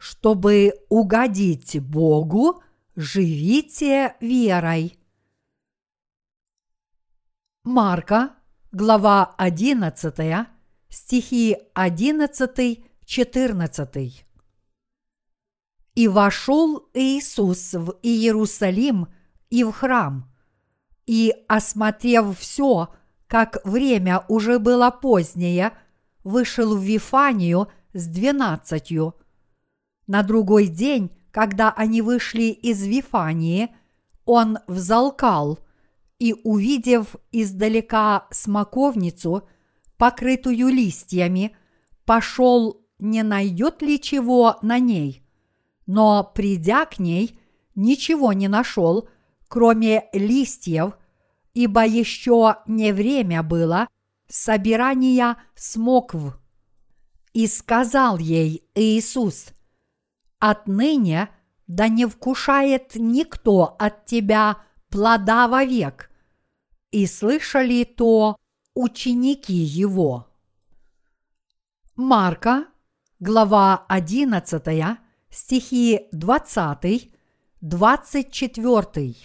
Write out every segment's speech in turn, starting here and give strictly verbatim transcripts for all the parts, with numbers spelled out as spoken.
Чтобы угодить Богу, живите верой. Марка, глава одиннадцатая, стихи одиннадцатый-четырнадцатый. И вошел Иисус в Иерусалим и в храм, и, осмотрев все, как время уже было позднее, вышел в Вифанию с двенадцатью. На другой день, когда они вышли из Вифании, он взалкал и, увидев издалека смоковницу, покрытую листьями, пошел, не найдет ли чего на ней, но, придя к ней, ничего не нашел, кроме листьев, ибо еще не время было собирания смокв. И сказал ей Иисус: «Отныне да не вкушает никто от тебя плода вовек». И слышали то ученики его. Марка, глава одиннадцатая, стихи двадцатый, двадцать четвертый.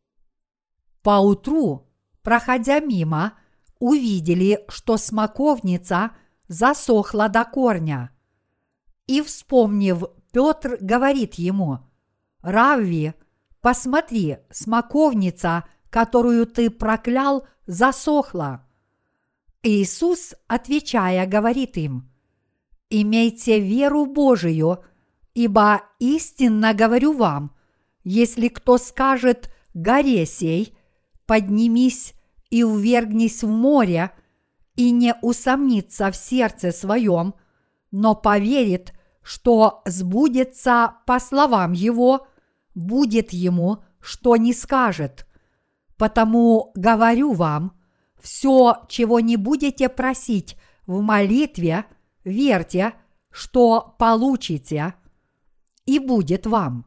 Поутру, проходя мимо, увидели, что смоковница засохла до корня. И, вспомнив, Петр говорит ему: «Равви, посмотри, смоковница, которую ты проклял, засохла». Иисус, отвечая, говорит им: «Имейте веру Божию, ибо истинно говорю вам, если кто скажет горе сей: поднимись и увергнись в море, и не усомнится в сердце своем, но поверит, что сбудется по словам его, будет ему, что не скажет. Потому говорю вам, все, чего не будете просить в молитве, верьте, что получите, и будет вам».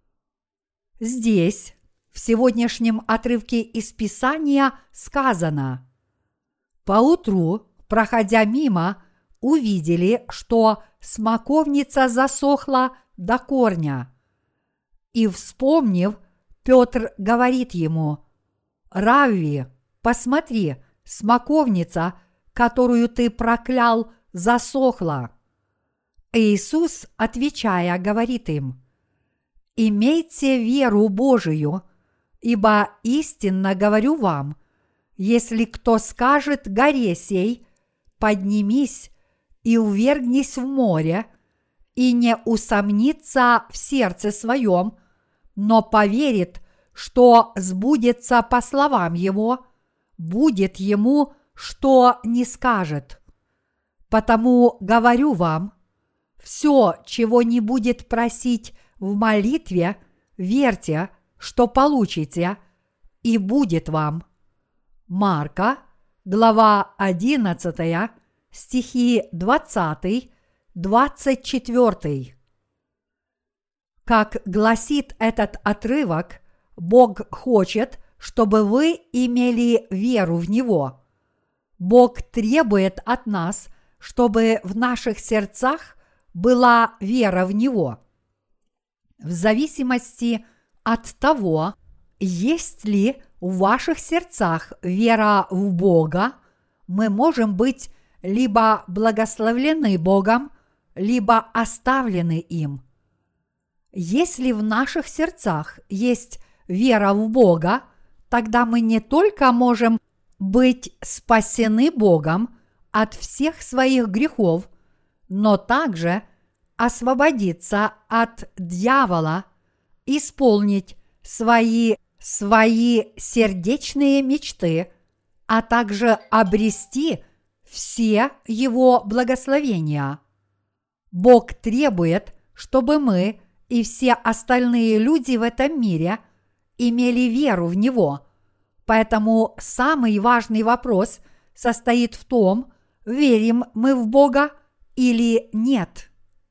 Здесь, в сегодняшнем отрывке из Писания, сказано: «Поутру, проходя мимо, увидели, что смоковница засохла до корня. И, вспомнив, Петр говорит ему: «Равви, посмотри, смоковница, которую ты проклял, засохла». Иисус, отвечая, говорит им: «Имейте веру Божию, ибо истинно говорю вам, если кто скажет горе сей: поднимись и увергнись в море, и не усомнится в сердце своем, но поверит, что сбудется по словам его, будет ему, что не скажет. Потому говорю вам, все, чего не будет просить в молитве, верьте, что получите, и будет вам». Марка, глава одиннадцатая, стихи двадцатый, двадцать четвертый. Как гласит этот отрывок, Бог хочет, чтобы вы имели веру в Него. Бог требует от нас, чтобы в наших сердцах была вера в Него. В зависимости от того, есть ли в ваших сердцах вера в Бога, мы можем быть либо благословлены Богом, либо оставлены им. Если в наших сердцах есть вера в Бога, тогда мы не только можем быть спасены Богом от всех своих грехов, но также освободиться от дьявола, исполнить свои, свои сердечные мечты, а также обрести все его благословения. Бог требует, чтобы мы и все остальные люди в этом мире имели веру в Него. Поэтому самый важный вопрос состоит в том, верим мы в Бога или нет.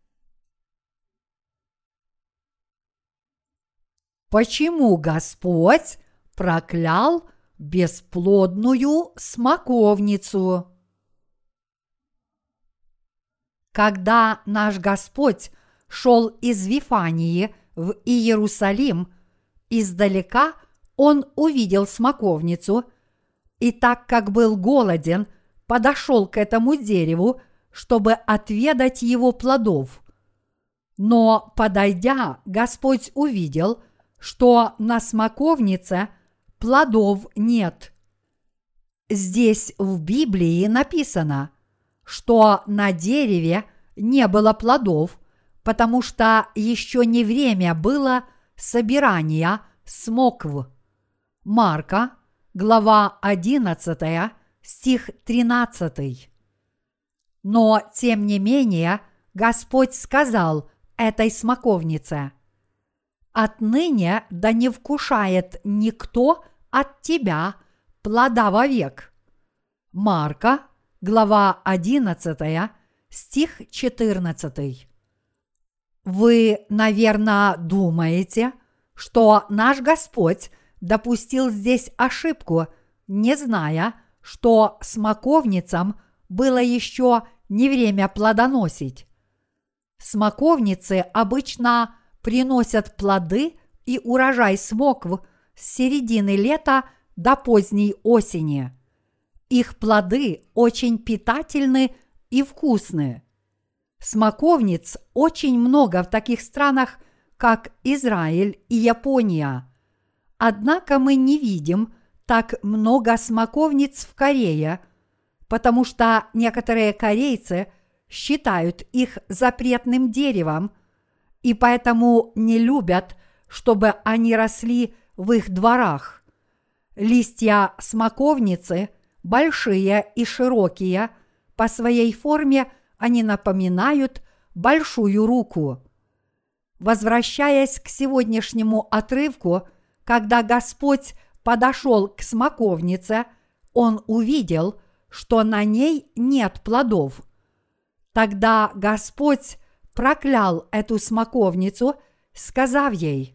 Почему Господь проклял бесплодную смоковницу? Когда наш Господь шел из Вифании в Иерусалим, издалека он увидел смоковницу, и так как был голоден, подошел к этому дереву, чтобы отведать его плодов. Но, подойдя, Господь увидел, что на смоковнице плодов нет. Здесь в Библии написано, что на дереве не было плодов, потому что еще не время было собирания смокв. Марка, глава одиннадцатая, стих тринадцатый. Но, тем не менее, Господь сказал этой смоковнице: «Отныне да не вкушает никто от тебя плода вовек». Марка, глава одиннадцатая, стих четырнадцатый. Вы, наверное, думаете, что наш Господь допустил здесь ошибку, не зная, что смоковницам было еще не время плодоносить. Смоковницы обычно приносят плоды и урожай смокв с середины лета до поздней осени. Их плоды очень питательны и вкусны. Смоковниц очень много в таких странах, как Израиль и Япония. Однако мы не видим так много смоковниц в Корее, потому что некоторые корейцы считают их запретным деревом и поэтому не любят, чтобы они росли в их дворах. Листья смоковницы большие и широкие, по своей форме они напоминают большую руку. Возвращаясь к сегодняшнему отрывку, когда Господь подошел к смоковнице, Он увидел, что на ней нет плодов. Тогда Господь проклял эту смоковницу, сказав ей: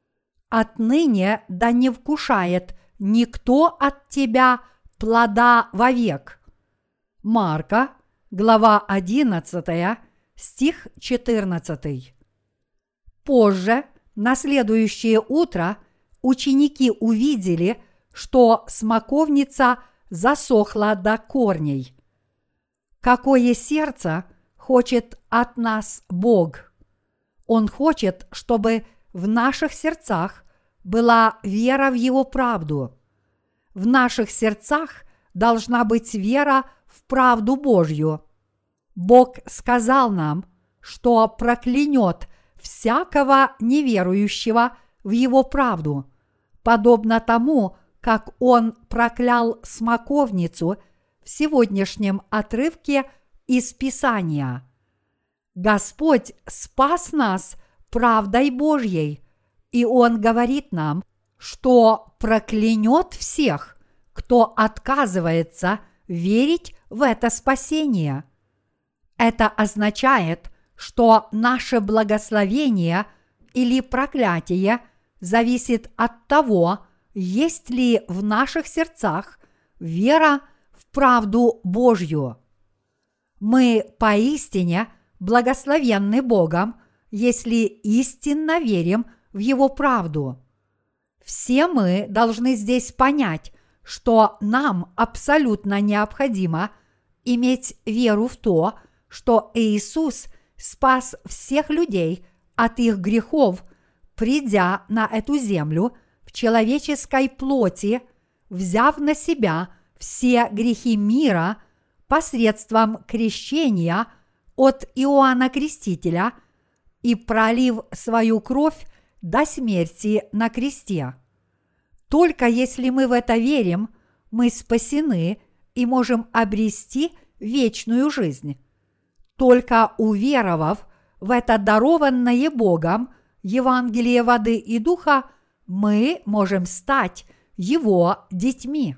«Отныне да не вкушает никто от тебя плода вовек». Марка, глава одиннадцатая, стих четырнадцатый. Позже, на следующее утро, ученики увидели, что смоковница засохла до корней. Какое сердце хочет от нас Бог? Он хочет, чтобы в наших сердцах была вера в Его правду. В наших сердцах должна быть вера в правду Божью. Бог сказал нам, что проклянет всякого неверующего в Его правду, подобно тому, как Он проклял смоковницу в сегодняшнем отрывке из Писания. Господь спас нас правдой Божьей, и Он говорит нам, что проклянет всех, кто отказывается верить в это спасение. Это означает, что наше благословение или проклятие зависит от того, есть ли в наших сердцах вера в правду Божью. Мы поистине благословенны Богом, если истинно верим в Его правду. Все мы должны здесь понять, что нам абсолютно необходимо иметь веру в то, что Иисус спас всех людей от их грехов, придя на эту землю в человеческой плоти, взяв на себя все грехи мира посредством крещения от Иоанна Крестителя и пролив свою кровь до смерти на кресте. Только если мы в это верим, мы спасены и можем обрести вечную жизнь. Только уверовав в это дарованное Богом Евангелие воды и духа, мы можем стать Его детьми.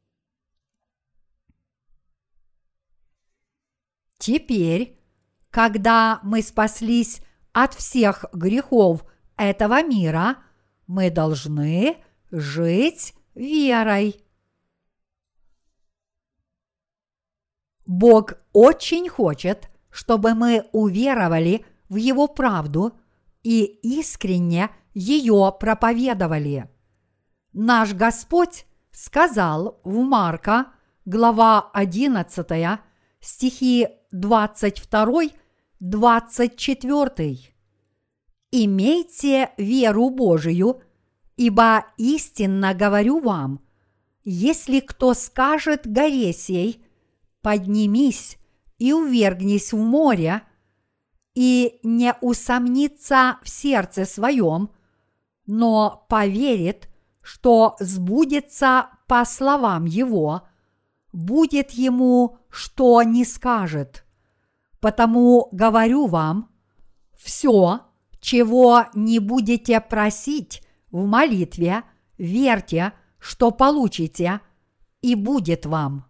Теперь, когда мы спаслись от всех грехов этого мира, мы должны жить верой. Бог очень хочет, чтобы мы уверовали в Его правду и искренне ее проповедовали. Наш Господь сказал в Марка, глава одиннадцатая, стихи двадцать два - двадцать четыре. «Имейте веру Божию, ибо истинно говорю вам, если кто скажет горе сей, поднимись и увергнись в море, и не усомнится в сердце своем, но поверит, что сбудется по словам его, будет ему, что не скажет. Потому говорю вам, все, чего не будете просить в молитве, верьте, что получите, и будет вам».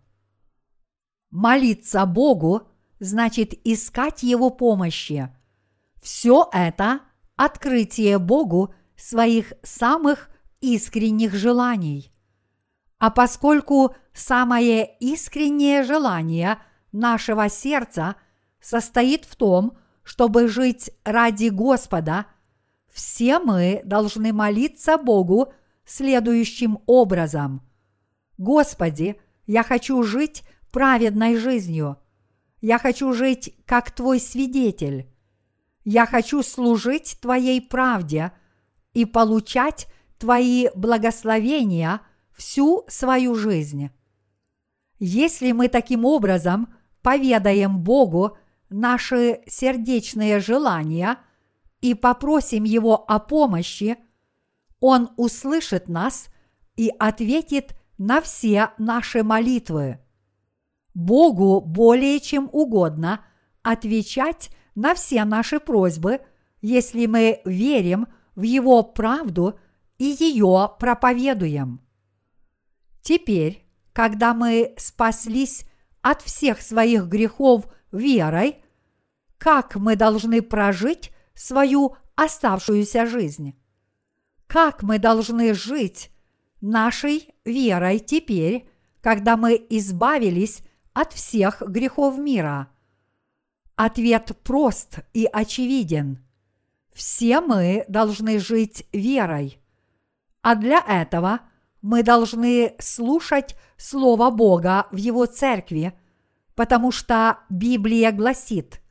Молиться Богу значит искать Его помощи. Все это – открытие Богу своих самых искренних желаний. А поскольку самое искреннее желание нашего сердца состоит в том, чтобы жить ради Господа, все мы должны молиться Богу следующим образом: «Господи, я хочу жить праведной жизнью. Я хочу жить как Твой свидетель. Я хочу служить Твоей правде и получать Твои благословения всю свою жизнь». Если мы таким образом поведаем Богу наши сердечные желания и попросим Его о помощи, Он услышит нас и ответит на все наши молитвы. Богу более чем угодно отвечать на все наши просьбы, если мы верим в Его правду и ее проповедуем. Теперь, когда мы спаслись от всех своих грехов верой, как мы должны прожить свою оставшуюся жизнь? Как мы должны жить нашей верой теперь, когда мы избавились от всех грехов мира? Ответ прост и очевиден. Все мы должны жить верой. А для этого мы должны слушать Слово Бога в Его церкви, потому что Библия гласит: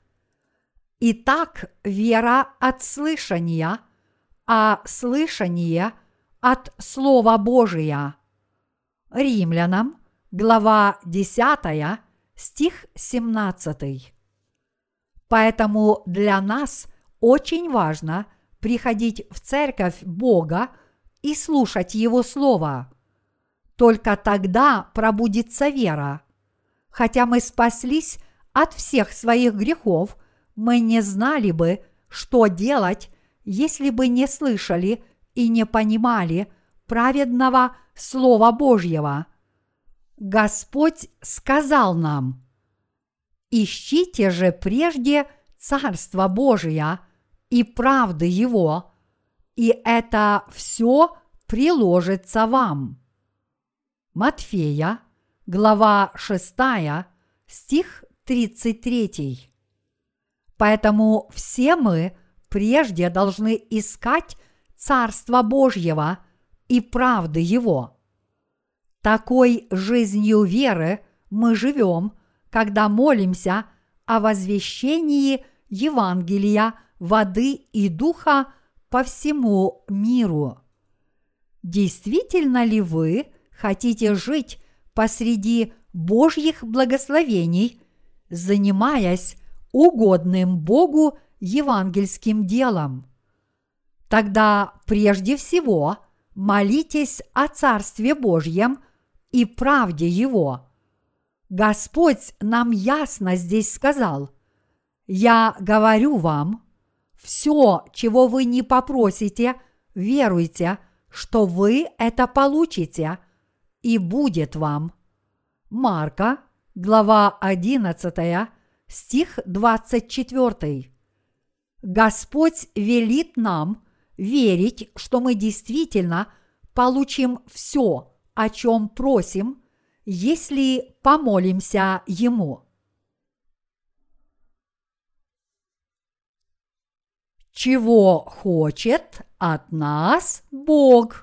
«Итак, вера от слышания, а слышание от Слова Божия». Римлянам, глава десятая, стих семнадцатый. Поэтому для нас очень важно приходить в церковь Бога и слушать Его Слово. Только тогда пробудится вера. Хотя мы спаслись от всех своих грехов, мы не знали бы, что делать, если бы не слышали и не понимали праведного Слова Божьего. Господь сказал нам: «Ищите же прежде Царство Божие и правды Его, и это все приложится вам». Матфея, глава шестая, стих тридцать третий. Поэтому все мы прежде должны искать Царства Божьего и правды Его. Такой жизнью веры мы живем, когда молимся о возвещении Евангелия воды и духа по всему миру. Действительно ли вы хотите жить посреди Божьих благословений, занимаясь угодным Богу евангельским делом? Тогда прежде всего молитесь о Царстве Божьем и правде Его. Господь нам ясно здесь сказал: «Я говорю вам, все, чего вы не попросите, веруйте, что вы это получите, и будет вам». Марка, глава одиннадцатая, стих двадцать четыре. Господь велит нам верить, что мы действительно получим все, о чем просим, если помолимся Ему. чего хочет от нас Бог.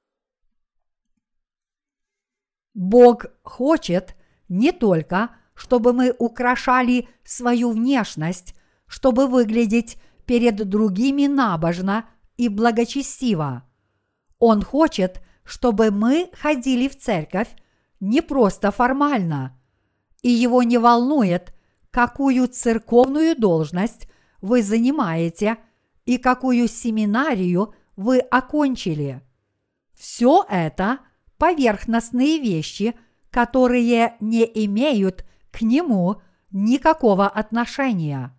Бог хочет не только, чтобы мы украшали свою внешность, чтобы выглядеть перед другими набожно и благочестиво. Он хочет, чтобы мы ходили в церковь не просто формально, и его не волнует, какую церковную должность вы занимаете и какую семинарию вы окончили. Все это поверхностные вещи, которые не имеют к нему никакого отношения.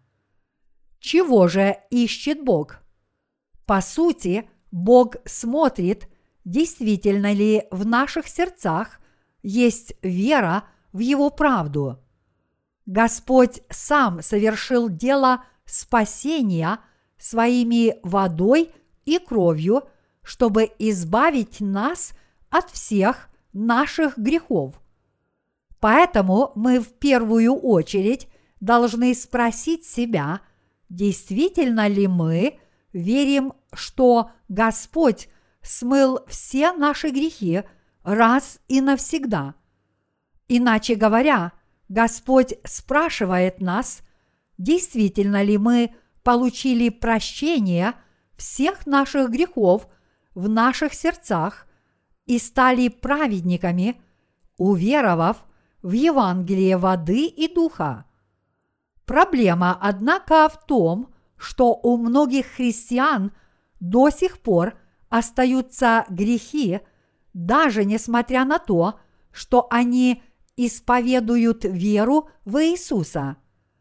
Чего же ищет Бог? По сути, Бог смотрит, действительно ли в наших сердцах есть вера в Его правду. Господь сам совершил дело спасения своими водой и кровью, чтобы избавить нас от всех наших грехов. Поэтому мы в первую очередь должны спросить себя, действительно ли мы верим, что Господь смыл все наши грехи раз и навсегда. Иначе говоря, Господь спрашивает нас, действительно ли мы получили прощение всех наших грехов в наших сердцах и стали праведниками, уверовав в Евангелие воды и духа. Проблема, однако, в том, что у многих христиан до сих пор остаются грехи, даже несмотря на то, что они исповедуют веру в Иисуса.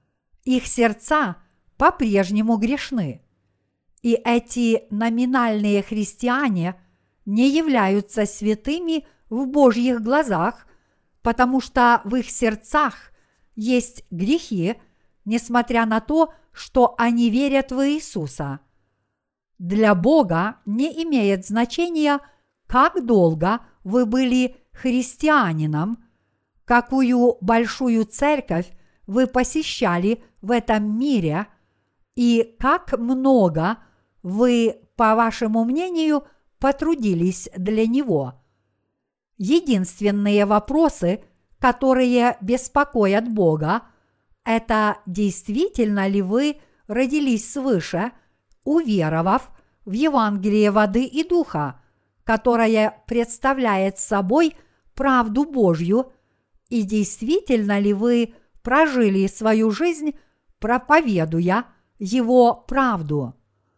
Их сердца по-прежнему грешны. И эти номинальные христиане не являются святыми в Божьих глазах, потому что в их сердцах есть грехи, несмотря на то, что они верят в Иисуса. Для Бога не имеет значения, как долго вы были христианином, какую большую церковь вы посещали в этом мире и как много вы, по вашему мнению, потрудились для Него. Единственные вопросы, которые беспокоят Бога, это действительно ли вы родились свыше, уверовав в Евангелие воды и духа, которое представляет собой правду Божью, и действительно ли вы прожили свою жизнь, проповедуя Его правду.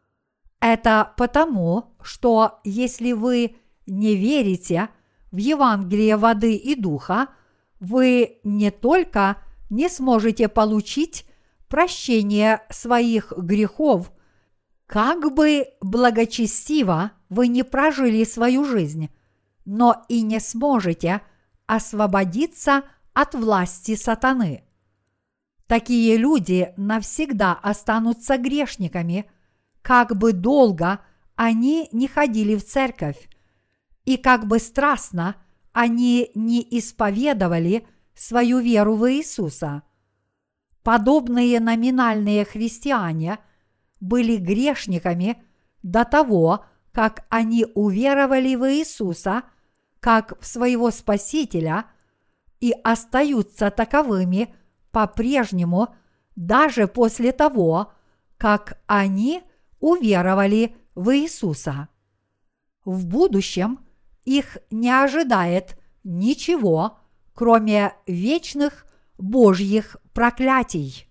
Это потому, что если вы не верите в Евангелие воды и духа, вы не только не сможете получить прощение своих грехов, как бы благочестиво вы не прожили свою жизнь, но и не сможете освободиться от власти сатаны. Такие люди навсегда останутся грешниками, как бы долго они не ходили в церковь, и как бы страстно они не исповедовали свою веру в Иисуса. Подобные номинальные христиане были грешниками до того, как они уверовали в Иисуса как в своего Спасителя и остаются таковыми по-прежнему даже после того, как они уверовали в Иисуса. В будущем их не ожидает ничего, кроме вечных Божьих проклятий.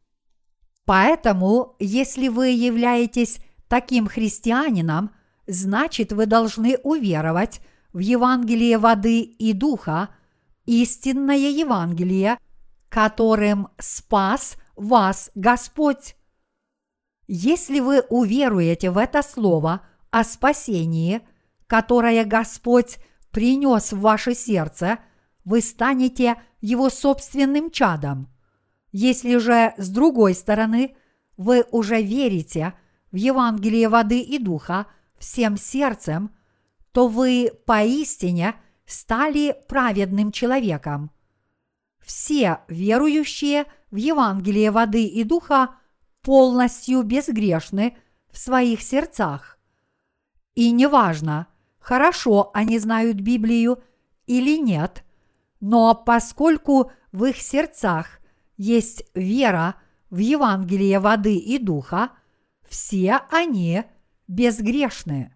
Поэтому, если вы являетесь таким христианином, значит, вы должны уверовать в Евангелие воды и духа, истинное Евангелие, которым спас вас Господь. Если вы уверуете в это слово о спасении, которое Господь принес в ваше сердце, вы станете Его собственным чадом. Если же, с другой стороны, вы уже верите в Евангелие воды и духа всем сердцем, то вы поистине стали праведным человеком. Все верующие в Евангелие воды и духа полностью безгрешны в своих сердцах. И неважно, хорошо они знают Библию или нет, но поскольку в их сердцах есть вера в Евангелие воды и духа, все они безгрешны.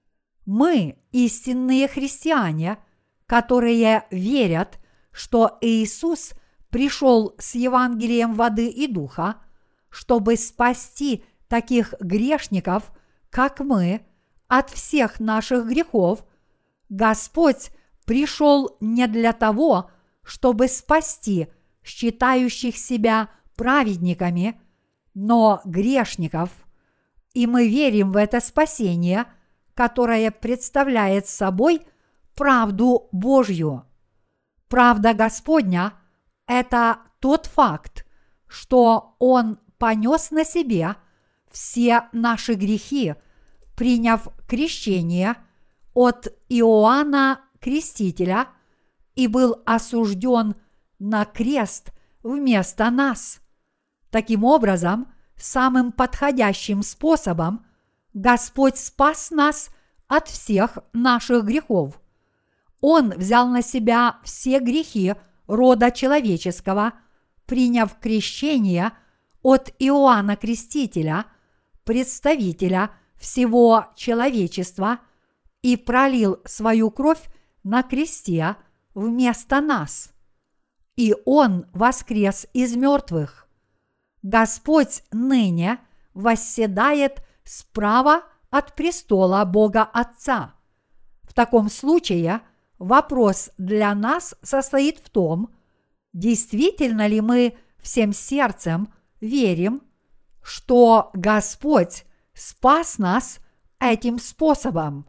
Мы истинные христиане, которые верят, что Иисус пришел с Евангелием воды и духа, чтобы спасти таких грешников, как мы, от всех наших грехов. Господь пришел не для того, чтобы спасти считающих себя праведниками, но грешников, и мы верим в это спасение, которое представляет собой правду Божью. Правда Господня – это тот факт, что Он понес на себе все наши грехи, приняв крещение от Иоанна Крестителя и был осужден на крест вместо нас. Таким образом, самым подходящим способом Господь спас нас от всех наших грехов. Он взял на себя все грехи рода человеческого, приняв крещение от Иоанна Крестителя, представителя всего человечества, и пролил свою кровь на кресте вместо нас. И Он воскрес из мертвых. Господь ныне восседает справа от престола Бога Отца. В таком случае вопрос для нас состоит в том, действительно ли мы всем сердцем верим, что Господь спас нас этим способом.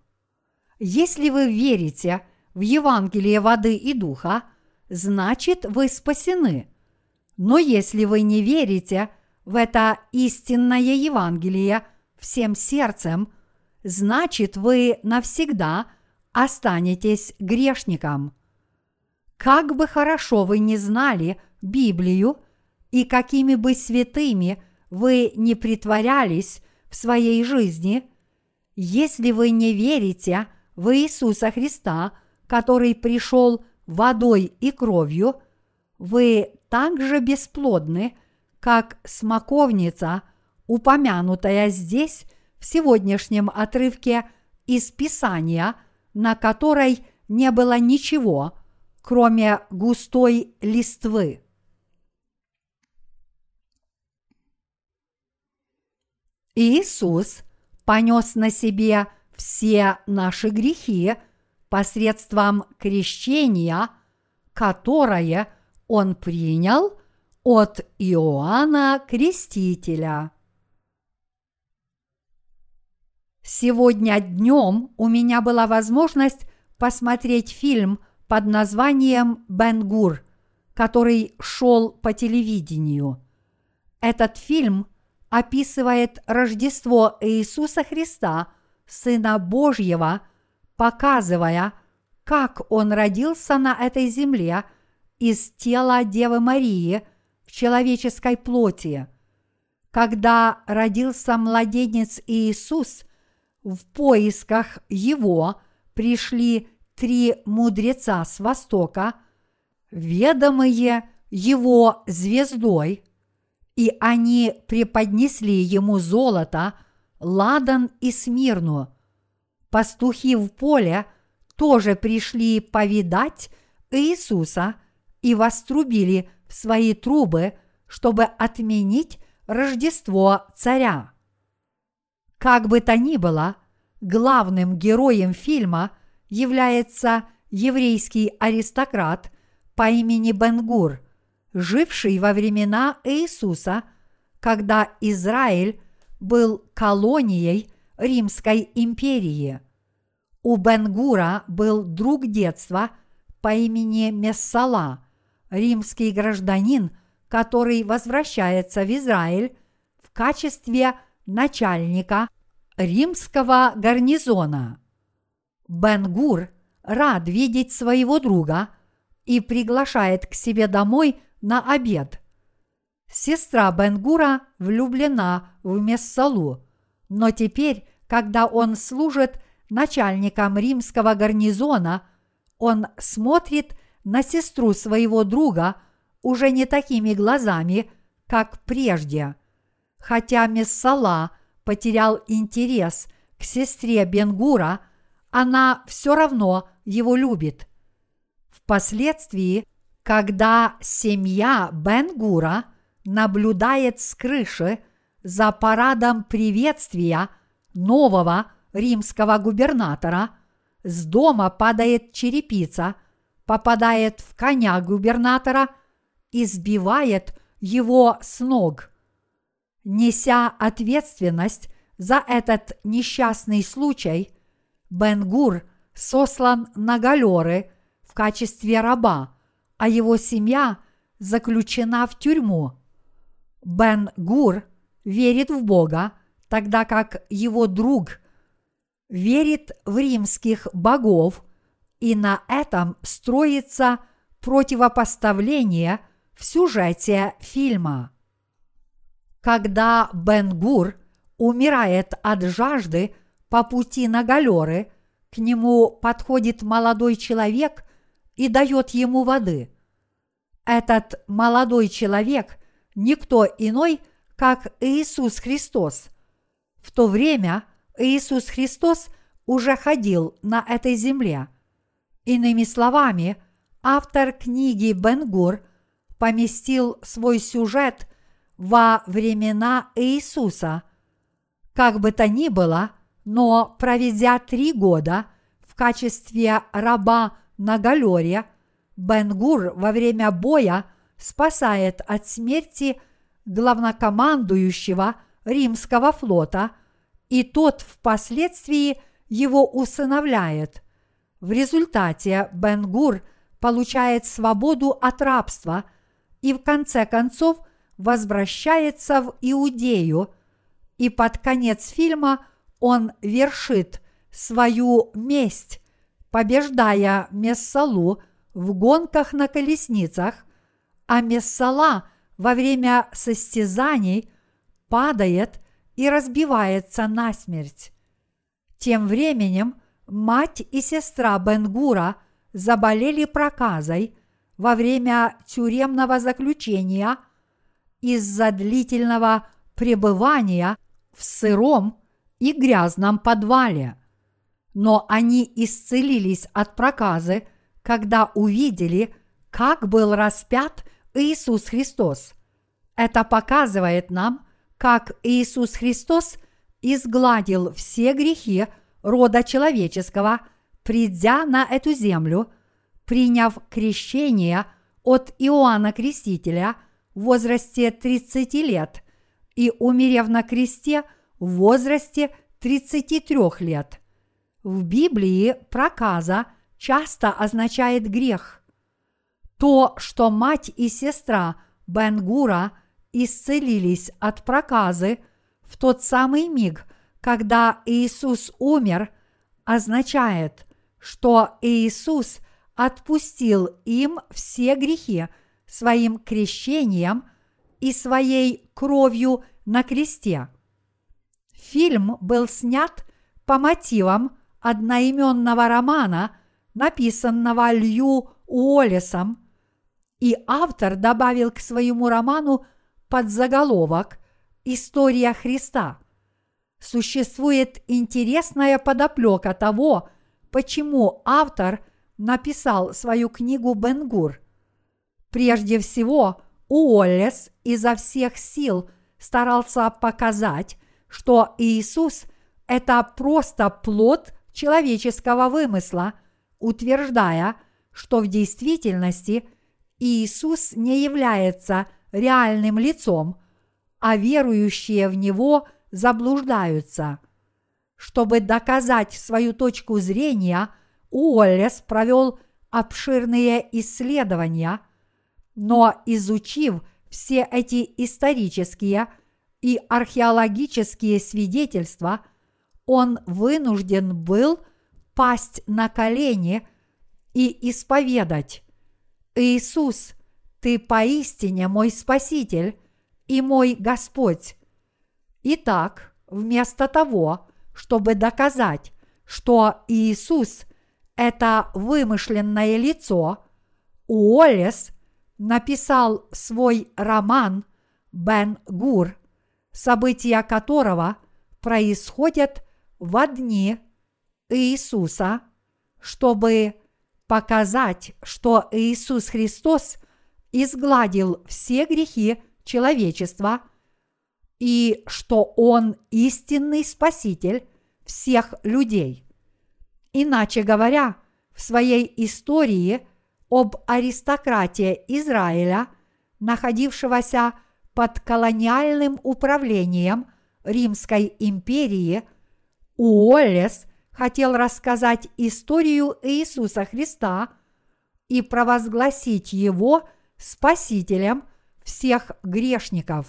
Если вы верите в Евангелие воды и духа, значит, вы спасены. Но если вы не верите в это истинное Евангелие всем сердцем, значит, вы навсегда останетесь грешником. Как бы хорошо вы ни знали Библию и какими бы святыми вы ни притворялись в своей жизни, если вы не верите в Иисуса Христа, который пришел водой и кровью, вы так же бесплодны, как смоковница, упомянутая здесь в сегодняшнем отрывке из Писания, на которой не было ничего, кроме густой листвы. Иисус понес на себе все наши грехи посредством крещения, которое Он принял от Иоанна Крестителя. Сегодня днем у меня была возможность посмотреть фильм под названием «Бен-Гур», который шел по телевидению. Этот фильм описывает Рождество Иисуса Христа, Сына Божьего, показывая, как Он родился на этой земле из тела Девы Марии в человеческой плоти. Когда родился младенец Иисус, в поисках Его пришли три мудреца с Востока, ведомые Его звездой, и они преподнесли Ему золото, ладан и смирну. Пастухи в поле тоже пришли повидать Иисуса и вострубили в свои трубы, чтобы отменить Рождество царя. Как бы то ни было, главным героем фильма является еврейский аристократ по имени Бен-Гур, живший во времена Иисуса, когда Израиль был колонией Римской империи. У Бен-Гура был друг детства по имени Мессала, римский гражданин, который возвращается в Израиль в качестве начальника римского гарнизона. Бен-Гур рад видеть своего друга и приглашает к себе домой на обед. Сестра Бен-Гура влюблена в Мессалу, Но теперь, когда он служит начальником римского гарнизона, он смотрит на сестру своего друга уже не такими глазами, как прежде. Хотя Мессала потерял интерес к сестре Бен-Гура, она все равно его любит. Впоследствии, когда семья Бен-Гура наблюдает с крыши за парадом приветствия нового римского губернатора, с дома падает черепица, попадает в коня губернатора и сбивает его с ног. Неся ответственность за этот несчастный случай, Бен-Гур сослан на галеры в качестве раба, а его семья заключена в тюрьму. Бен-Гур верит в Бога, тогда как его друг верит в римских богов, и на этом строится противопоставление в сюжете фильма. Когда Бен-Гур умирает от жажды по пути на галеры, к нему подходит молодой человек и дает ему воды. Этот молодой человек никто иной, как Иисус Христос. В то время Иисус Христос уже ходил на этой земле. Иными словами, автор книги Бен-Гур поместил свой сюжет во времена Иисуса. Как бы то ни было, но проведя три года в качестве раба на галере, Бен-Гур во время боя спасает от смерти главнокомандующего римского флота, и тот впоследствии его усыновляет. В результате Бен-Гур получает свободу от рабства и в конце концов возвращается в Иудею, и под конец фильма он вершит свою месть, побеждая Мессалу в гонках на колесницах, а Мессала во время состязаний падает и разбивается насмерть. Тем временем мать и сестра Бен-Гура заболели проказой во время тюремного заключения из-за длительного пребывания в сыром и грязном подвале. Но они исцелились от проказы, когда увидели, как был распят Иисус Христос. Это показывает нам, как Иисус Христос изгладил все грехи рода человеческого, придя на эту землю, приняв крещение от Иоанна Крестителя в возрасте тридцати лет и умерев на кресте в возрасте тридцати трёх лет. В Библии проказа часто означает грех. То, что мать и сестра Бен-Гура исцелились от проказы в тот самый миг, когда Иисус умер, означает, что Иисус отпустил им все грехи своим крещением и своей кровью на кресте. Фильм был снят по мотивам одноименного романа, написанного Лью Уоллесом, и автор добавил к своему роману подзаголовок «История Христа». Существует интересная подоплека того, почему автор написал свою книгу Бен-Гур. Прежде всего, Уоллес изо всех сил старался показать, что Иисус – это просто плод человеческого вымысла, утверждая, что в действительности Иисус не является реальным лицом, а верующие в Него заблуждаются. Чтобы доказать свою точку зрения, Уоллес провел обширные исследования, но изучив все эти исторические и археологические свидетельства, он вынужден был пасть на колени и исповедать: «Иисус, Ты поистине мой Спаситель и мой Господь». Итак, вместо того, чтобы доказать, что Иисус – это вымышленное лицо, Уоллес написал свой роман «Бен-Гур», события которого происходят в дни Иисуса, чтобы показать, что Иисус Христос изгладил все грехи человечества и что Он истинный Спаситель всех людей. Иначе говоря, в своей истории об аристократии Израиля, находившегося под колониальным управлением Римской империи, Уоллес хотел рассказать историю Иисуса Христа и провозгласить Его Спасителем всех грешников.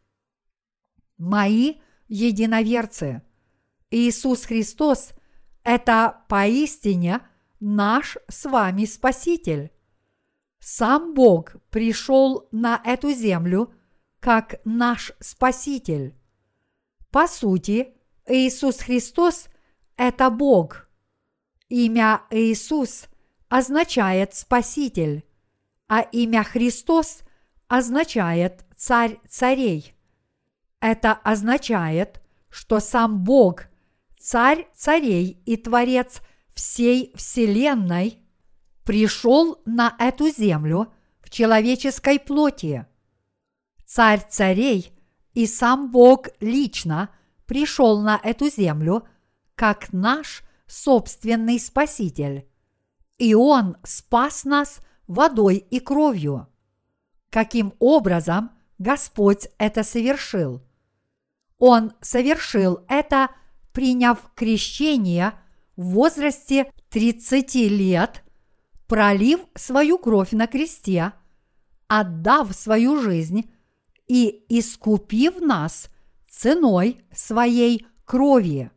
Мои единоверцы, Иисус Христос – это поистине наш с вами Спаситель. Сам Бог пришел на эту землю как наш Спаситель. По сути, Иисус Христос – это Бог. Имя Иисус означает Спаситель, а имя Христос означает Царь царей. Это означает, что сам Бог, Царь царей и Творец всей Вселенной, пришел на эту землю в человеческой плоти. Царь царей и сам Бог лично пришел на эту землю как наш собственный Спаситель, и Он спас нас водой и кровью. Каким образом Господь это совершил? Он совершил это, приняв крещение в возрасте тридцати лет, пролив свою кровь на кресте, отдав свою жизнь и искупив нас ценой своей крови.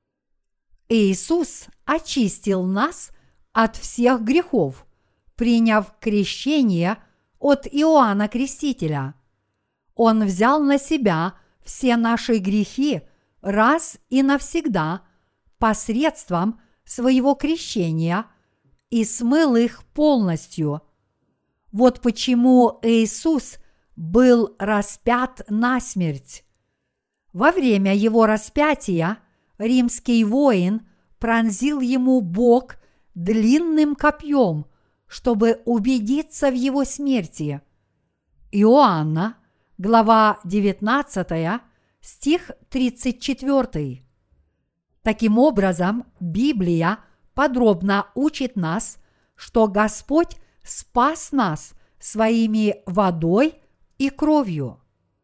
Иисус очистил нас от всех грехов, приняв крещение от Иоанна Крестителя. Он взял на себя все наши грехи раз и навсегда посредством своего крещения и смыл их полностью. Вот почему Иисус был распят насмерть. Во время его распятия римский воин пронзил ему бок длинным копьем, чтобы убедиться в его смерти. Иоанна, глава девятнадцатая, стих тридцать четвёртый. Таким образом, Библия подробно учит нас, что Господь спас нас своими водой и кровью.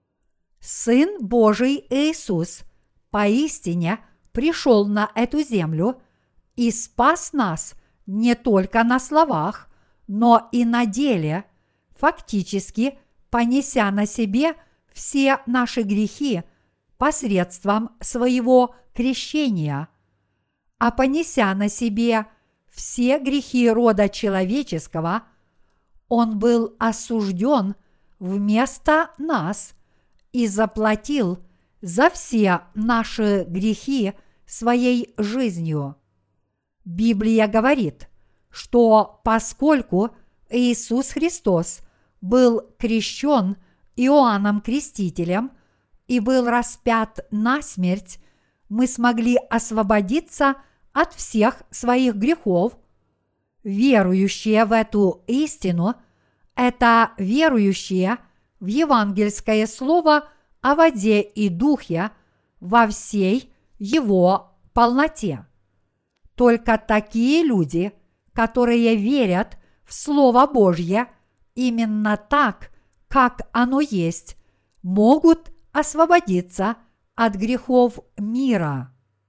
Сын Божий Иисус поистине пришел на эту землю и спас нас не только на словах, но и на деле, фактически понеся на себе все наши грехи посредством своего крещения, а понеся на себе все грехи рода человеческого, Он был осужден вместо нас и заплатил за все наши грехи своей жизнью. Библия говорит, что поскольку Иисус Христос был крещен Иоанном Крестителем и был распят насмерть, мы смогли освободиться от всех своих грехов. Верующие в эту истину – это верующие в евангельское слово о воде и духе во всей его полноте. Только такие люди, которые верят в Слово Божье именно так, как оно есть, могут освободиться от грехов мира.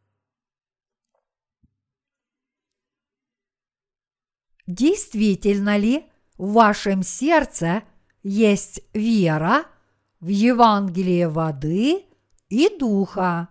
Действительно ли в вашем сердце есть вера в Евангелие воды и духа?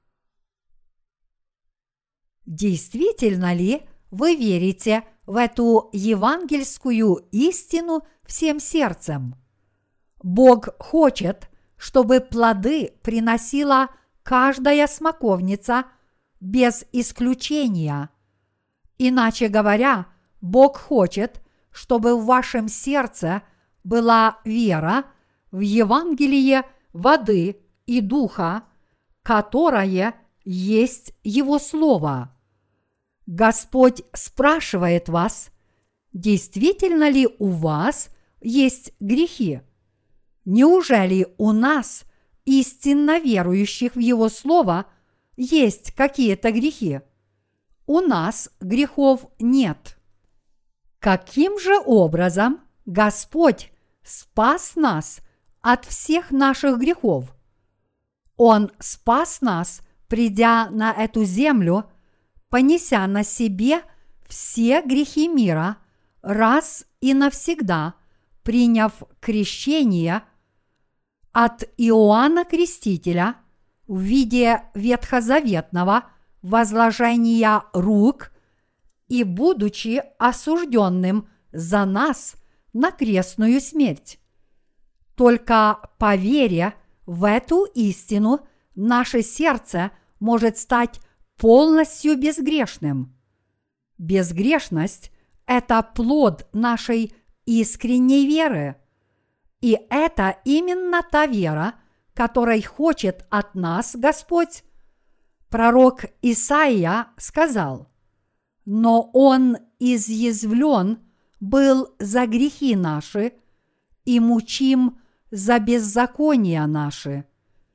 Действительно ли вы верите в эту евангельскую истину всем сердцем? Бог хочет, чтобы плоды приносила каждая смоковница без исключения. Иначе говоря, Бог хочет, чтобы в вашем сердце была вера в Евангелие воды и духа, которое есть Его Слово. Господь спрашивает вас, действительно ли у вас есть грехи? Неужели у нас, истинно верующих в Его Слово, есть какие-то грехи? У нас грехов нет. Каким же образом Господь спас нас от всех наших грехов? Он спас нас, придя на эту землю, понеся на себе все грехи мира, раз и навсегда приняв крещение от Иоанна Крестителя в виде ветхозаветного возложения рук и будучи осужденным за нас на крестную смерть. Только по вере в эту истину наше сердце может стать полностью безгрешным. Безгрешность – это плод нашей искренней веры. И это именно та вера, которой хочет от нас Господь. Пророк Исаия сказал: «Но Он изъязвлен был за грехи наши и мучим за беззакония наши».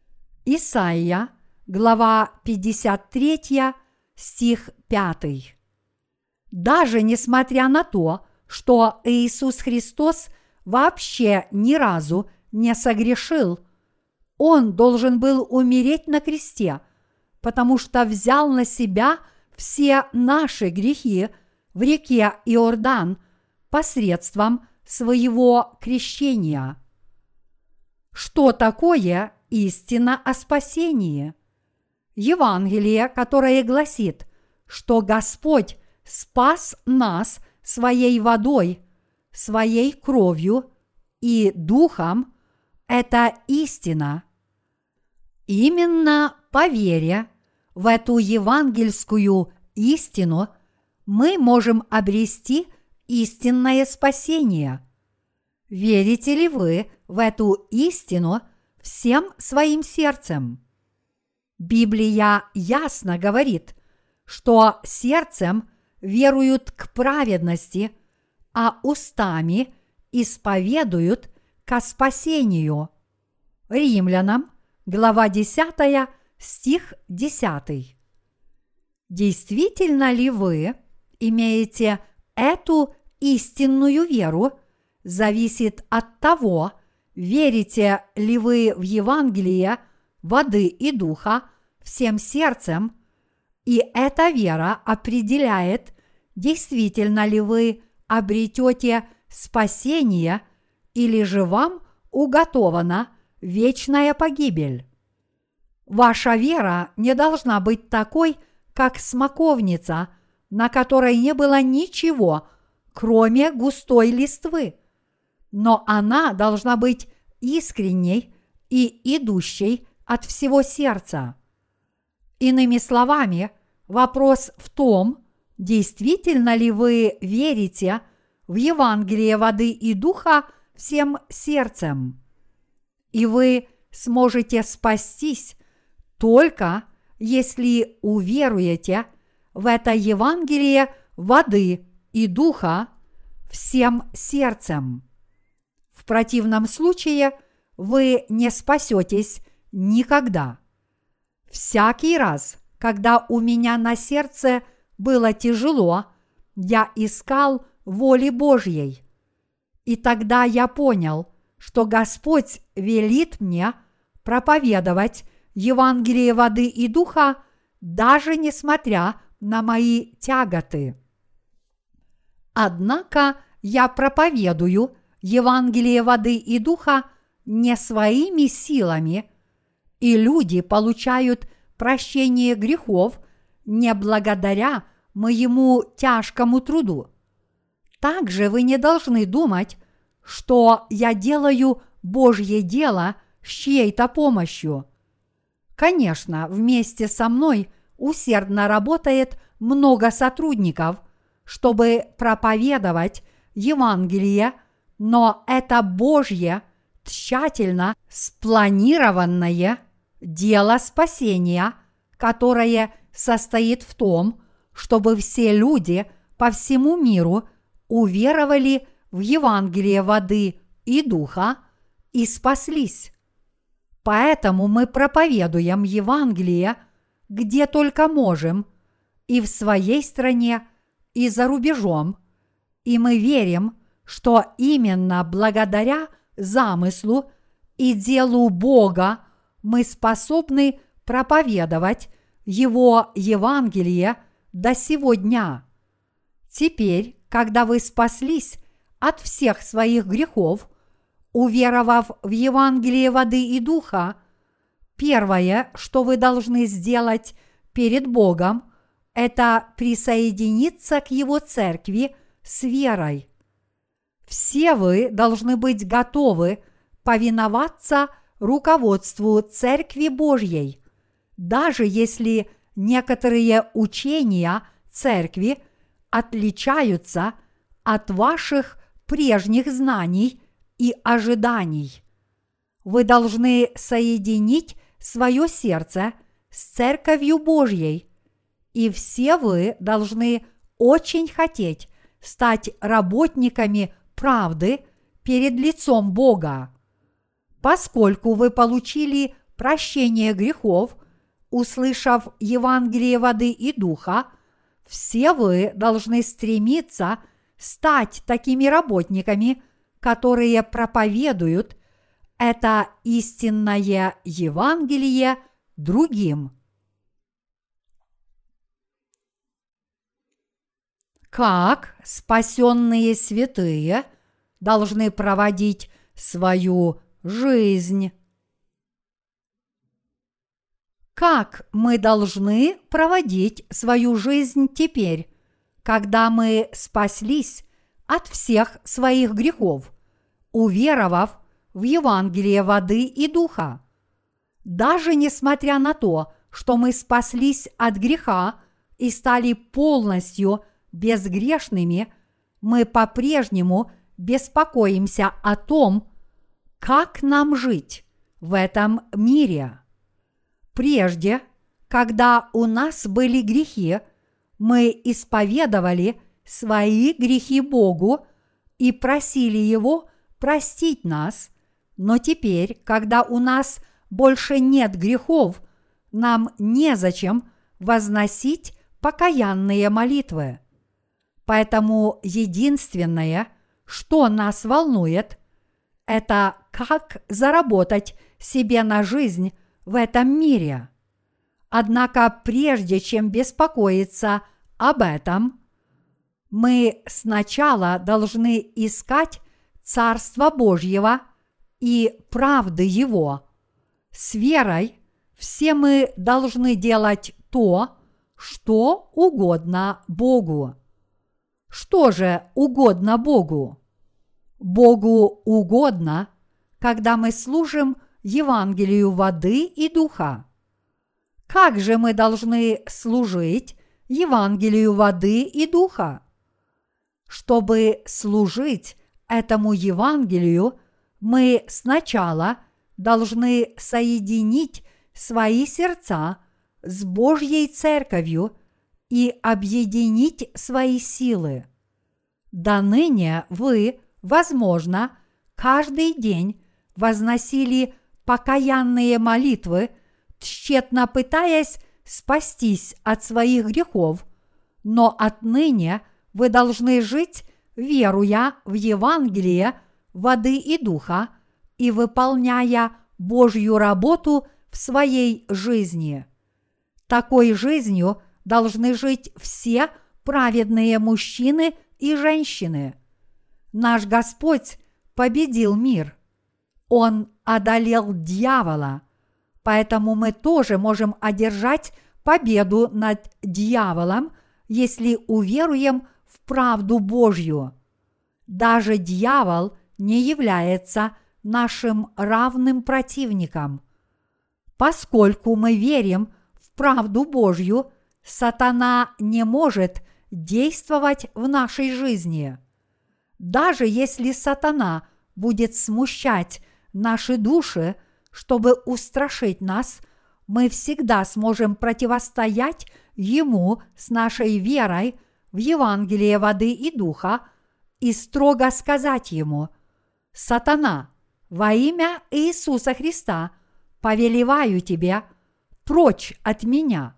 Исаия, глава пятьдесят три, стих пять. Даже несмотря на то, что Иисус Христос вообще ни разу не согрешил, Он должен был умереть на кресте, потому что взял на себя все наши грехи в реке Иордан посредством своего крещения. Что такое истина о спасении? Евангелие, которое гласит, что Господь спас нас своей водой, своей кровью и духом, это истина. Именно по вере в эту евангельскую истину мы можем обрести истинное спасение. Верите ли вы в эту истину всем своим сердцем? Библия ясно говорит, что сердцем веруют к праведности, а устами исповедуют ко спасению. Римлянам, глава десятая, стих десятый. Действительно ли вы имеете эту истинную веру, зависит от того, верите ли вы в Евангелие воды и духа всем сердцем, и эта вера определяет, действительно ли вы обретете спасение или же вам уготована вечная погибель. Ваша вера не должна быть такой, как смоковница, на которой не было ничего, кроме густой листвы, но она должна быть искренней и идущей от всего сердца. Иными словами, вопрос в том, действительно ли вы верите в Евангелие воды и духа всем сердцем. И вы сможете спастись только если уверуете в это Евангелие воды и духа всем сердцем. В противном случае вы не спасетесь никогда. Всякий раз, когда у меня на сердце было тяжело, я искал воли Божьей. И тогда я понял, что Господь велит мне проповедовать Евангелие воды и духа, даже несмотря на мои тяготы. Однако я проповедую Евангелие воды и духа не своими силами, и люди получают прощение грехов не благодаря моему тяжкому труду. Также вы не должны думать, что я делаю Божье дело с чьей-то помощью. Конечно, вместе со мной усердно работает много сотрудников, чтобы проповедовать Евангелие, но это Божье, тщательно спланированное дело спасения, которое состоит в том, чтобы все люди по всему миру уверовали в Евангелие воды и духа и спаслись. Поэтому мы проповедуем Евангелие, где только можем, и в своей стране, и за рубежом, и мы верим, что именно благодаря замыслу и делу Бога мы способны проповедовать Его Евангелие до сего дня. Теперь, когда вы спаслись от всех своих грехов, уверовав в Евангелие воды и духа, первое, что вы должны сделать перед Богом, это присоединиться к Его церкви с верой. Все вы должны быть готовы повиноваться руководству Церкви Божьей, даже если некоторые учения Церкви отличаются от ваших прежних знаний и ожиданий. Вы должны соединить свое сердце с Церковью Божьей, и все вы должны очень хотеть стать работниками правды перед лицом Бога. Поскольку вы получили прощение грехов, услышав Евангелие воды и духа, все вы должны стремиться стать такими работниками, которые проповедуют это истинное Евангелие другим. Как спасенные святые должны проводить свою жизнь? Как мы должны проводить свою жизнь теперь, когда мы спаслись от всех своих грехов, уверовав в Евангелие воды и духа? Даже несмотря на то, что мы спаслись от греха и стали полностью безгрешными, мы по-прежнему беспокоимся о том, как нам жить в этом мире. Прежде, когда у нас были грехи, мы исповедовали свои грехи Богу и просили Его простить нас, но теперь, когда у нас больше нет грехов, нам незачем возносить покаянные молитвы. Поэтому единственное, что нас волнует, это как заработать себе на жизнь в этом мире. Однако прежде чем беспокоиться об этом, мы сначала должны искать Царства Божьего и правды Его. С верой все мы должны делать то, что угодно Богу. Что же угодно Богу? Богу угодно, когда мы служим Евангелию воды и духа. Как же мы должны служить Евангелию воды и духа? Чтобы служить этому Евангелию, мы сначала должны соединить свои сердца с Божьей Церковью и объединить свои силы. До ныне вы, возможно, каждый день возносили покаянные молитвы, тщетно пытаясь спастись от своих грехов, но отныне вы должны жить, веруя в Евангелие воды и духа и выполняя Божью работу в своей жизни. Такой жизнью должны жить все праведные мужчины и женщины. Наш Господь победил мир. Он одолел дьявола, поэтому мы тоже можем одержать победу над дьяволом, если уверуем в правду Божью. Даже дьявол не является нашим равным противником. Поскольку мы верим в правду Божью, сатана не может действовать в нашей жизни. Даже если сатана будет смущать наши души, чтобы устрашить нас, мы всегда сможем противостоять ему с нашей верой в Евангелие воды и духа и строго сказать ему: «Сатана, во имя Иисуса Христа повелеваю тебе, прочь от меня».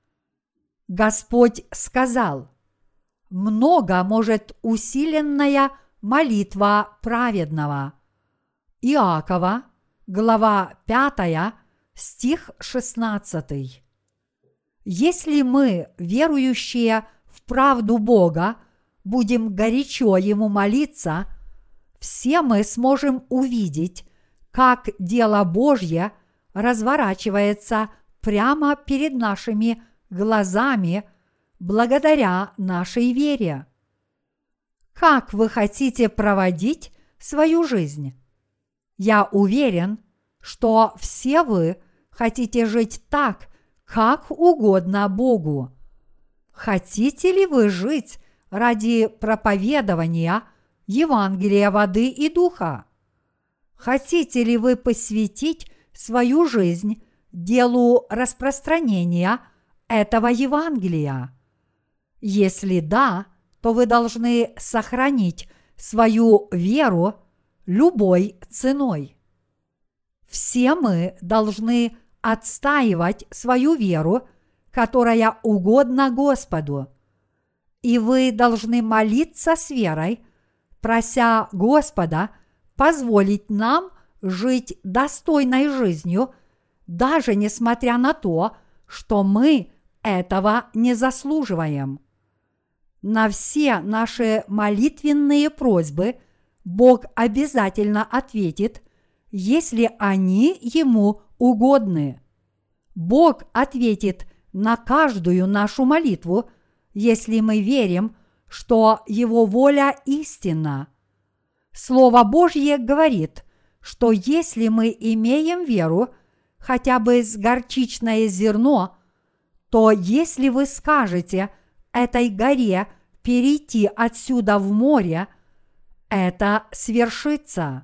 Господь сказал: «Много может усиленная молитва праведного». Иакова, глава пятая, стих шестнадцатый. Если мы, верующие в правду Бога, будем горячо Ему молиться, все мы сможем увидеть, как дело Божье разворачивается прямо перед нашими глазами благодаря нашей вере. Как вы хотите проводить свою жизнь? Я уверен, что все вы хотите жить так, как угодно Богу. Хотите ли вы жить ради проповедования Евангелия воды и духа? Хотите ли вы посвятить свою жизнь делу распространения этого Евангелия? Если да, то вы должны сохранить свою веру любой ценой. Все мы должны отстаивать свою веру, которая угодна Господу. И вы должны молиться с верой, прося Господа позволить нам жить достойной жизнью, даже несмотря на то, что мы этого не заслуживаем. На все наши молитвенные просьбы Бог обязательно ответит, если они Ему угодны. Бог ответит на каждую нашу молитву, если мы верим, что Его воля истинна. Слово Божье говорит, что если мы имеем веру, хотя бы с горчичное зерно, то если вы скажете этой горе перейти отсюда в море, это свершится.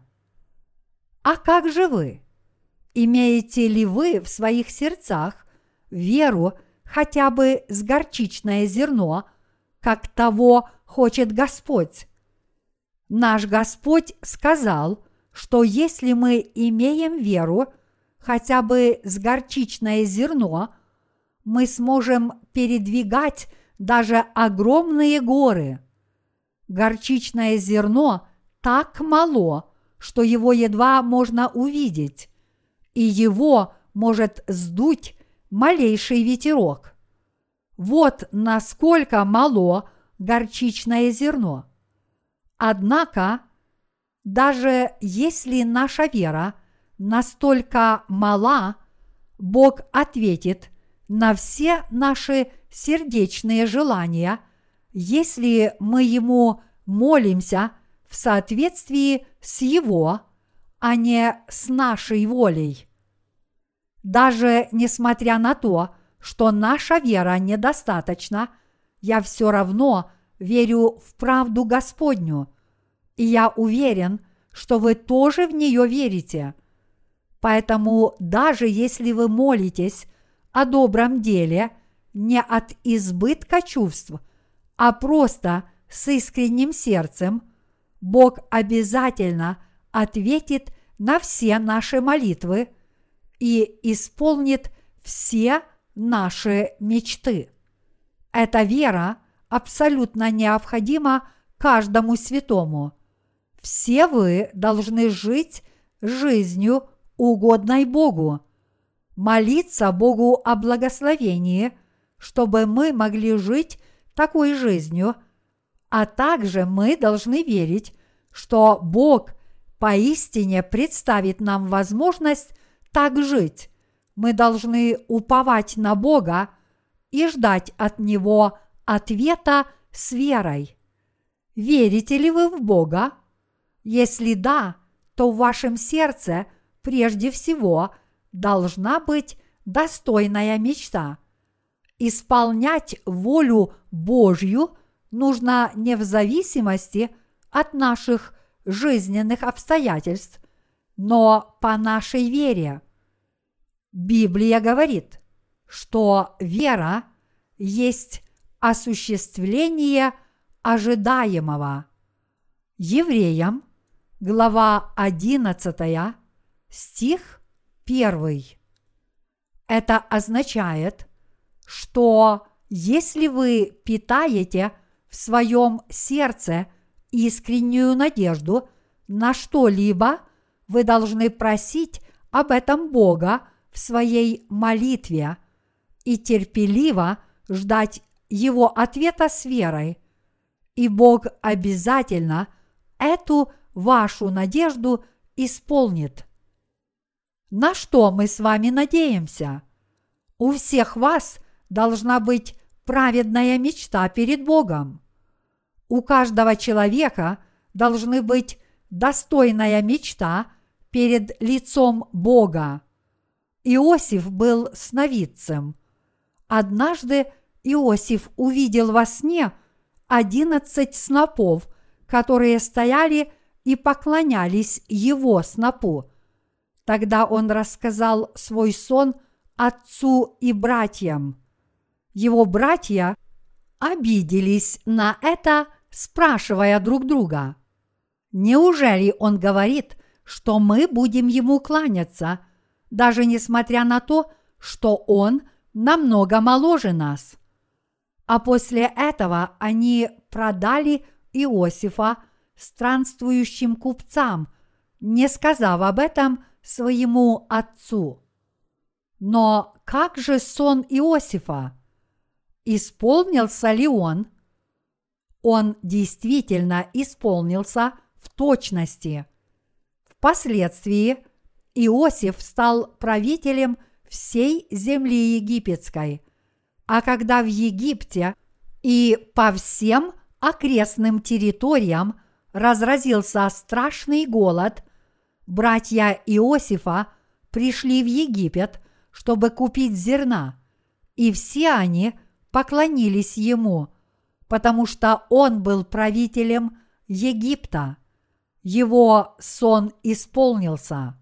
А как же вы? Имеете ли вы в своих сердцах веру хотя бы с горчичное зерно, как того хочет Господь? Наш Господь сказал, что если мы имеем веру хотя бы с горчичное зерно, мы сможем передвигать даже огромные горы. Горчичное зерно так мало, что его едва можно увидеть, и его может сдуть малейший ветерок. Вот насколько мало горчичное зерно. Однако, даже если наша вера настолько мала, Бог ответит на все наши сердечные желания, если мы Ему молимся в соответствии с Его, а не с нашей волей. Даже несмотря на то, что наша вера недостаточна, я все равно верю в правду Господню, и я уверен, что вы тоже в нее верите. Поэтому даже если вы молитесь о добром деле не от избытка чувств, а просто с искренним сердцем, Бог обязательно ответит на все наши молитвы и исполнит все наши мечты. Эта вера абсолютно необходима каждому святому. Все вы должны жить жизнью, угодной Богу, молиться Богу о благословении, чтобы мы могли жить такой жизнью, а также мы должны верить, что Бог поистине представит нам возможность так жить. Мы должны уповать на Бога и ждать от Него ответа с верой. Верите ли вы в Бога? Если да, то в вашем сердце прежде всего должна быть достойная мечта. Исполнять волю Божью нужно не в зависимости от наших жизненных обстоятельств, но по нашей вере. Библия говорит, что вера есть осуществление ожидаемого. Евреям, глава одиннадцатая, стих первый. Это означает, что если вы питаете в своем сердце искреннюю надежду на что-либо, вы должны просить об этом Бога в своей молитве и терпеливо ждать Его ответа с верой, и Бог обязательно эту вашу надежду исполнит. На что мы с вами надеемся? У всех вас должна быть праведная мечта перед Богом. У каждого человека должны быть достойная мечта перед лицом Бога. Иосиф был сновидцем. Однажды Иосиф увидел во сне одиннадцать снопов, которые стояли и поклонялись его снопу. Тогда он рассказал свой сон отцу и братьям. Его братья обиделись на это, спрашивая друг друга: «Неужели он говорит, что мы будем ему кланяться, даже несмотря на то, что он намного моложе нас?» А после этого они продали Иосифа странствующим купцам, не сказав об этом своему отцу. Но как же сон Иосифа? Исполнился ли он? Он действительно исполнился в точности. Впоследствии Иосиф стал правителем всей земли египетской, а когда в Египте и по всем окрестным территориям разразился страшный голод, братья Иосифа пришли в Египет, чтобы купить зерна, и все они поклонились ему, потому что он был правителем Египта. Его сон исполнился.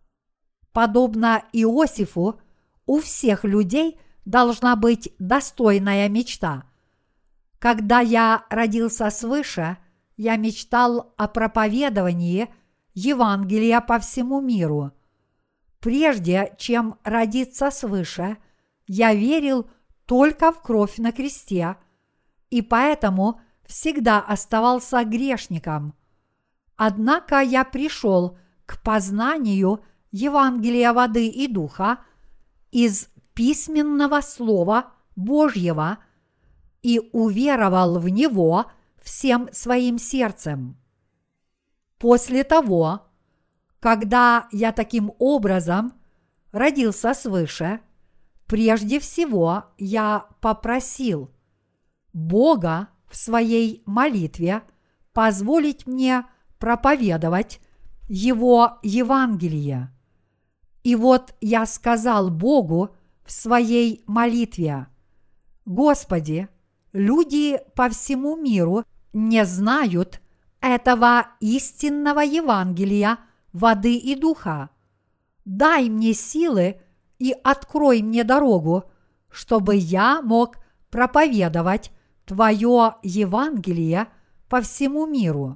Подобно Иосифу, у всех людей должна быть достойная мечта. Когда я родился свыше, я мечтал о проповедовании Евангелия по всему миру. Прежде чем родиться свыше, я верил только в кровь на кресте, и поэтому всегда оставался грешником. Однако я пришел к познанию Евангелия воды и духа из письменного слова Божьего и уверовал в него всем своим сердцем. После того, когда я таким образом родился свыше, прежде всего я попросил Бога в своей молитве позволить мне проповедовать Его Евангелие. И вот я сказал Богу в своей молитве: «Господи, люди по всему миру не знают этого истинного Евангелия воды и духа. Дай мне силы и открой мне дорогу, чтобы я мог проповедовать Твое Евангелие по всему миру».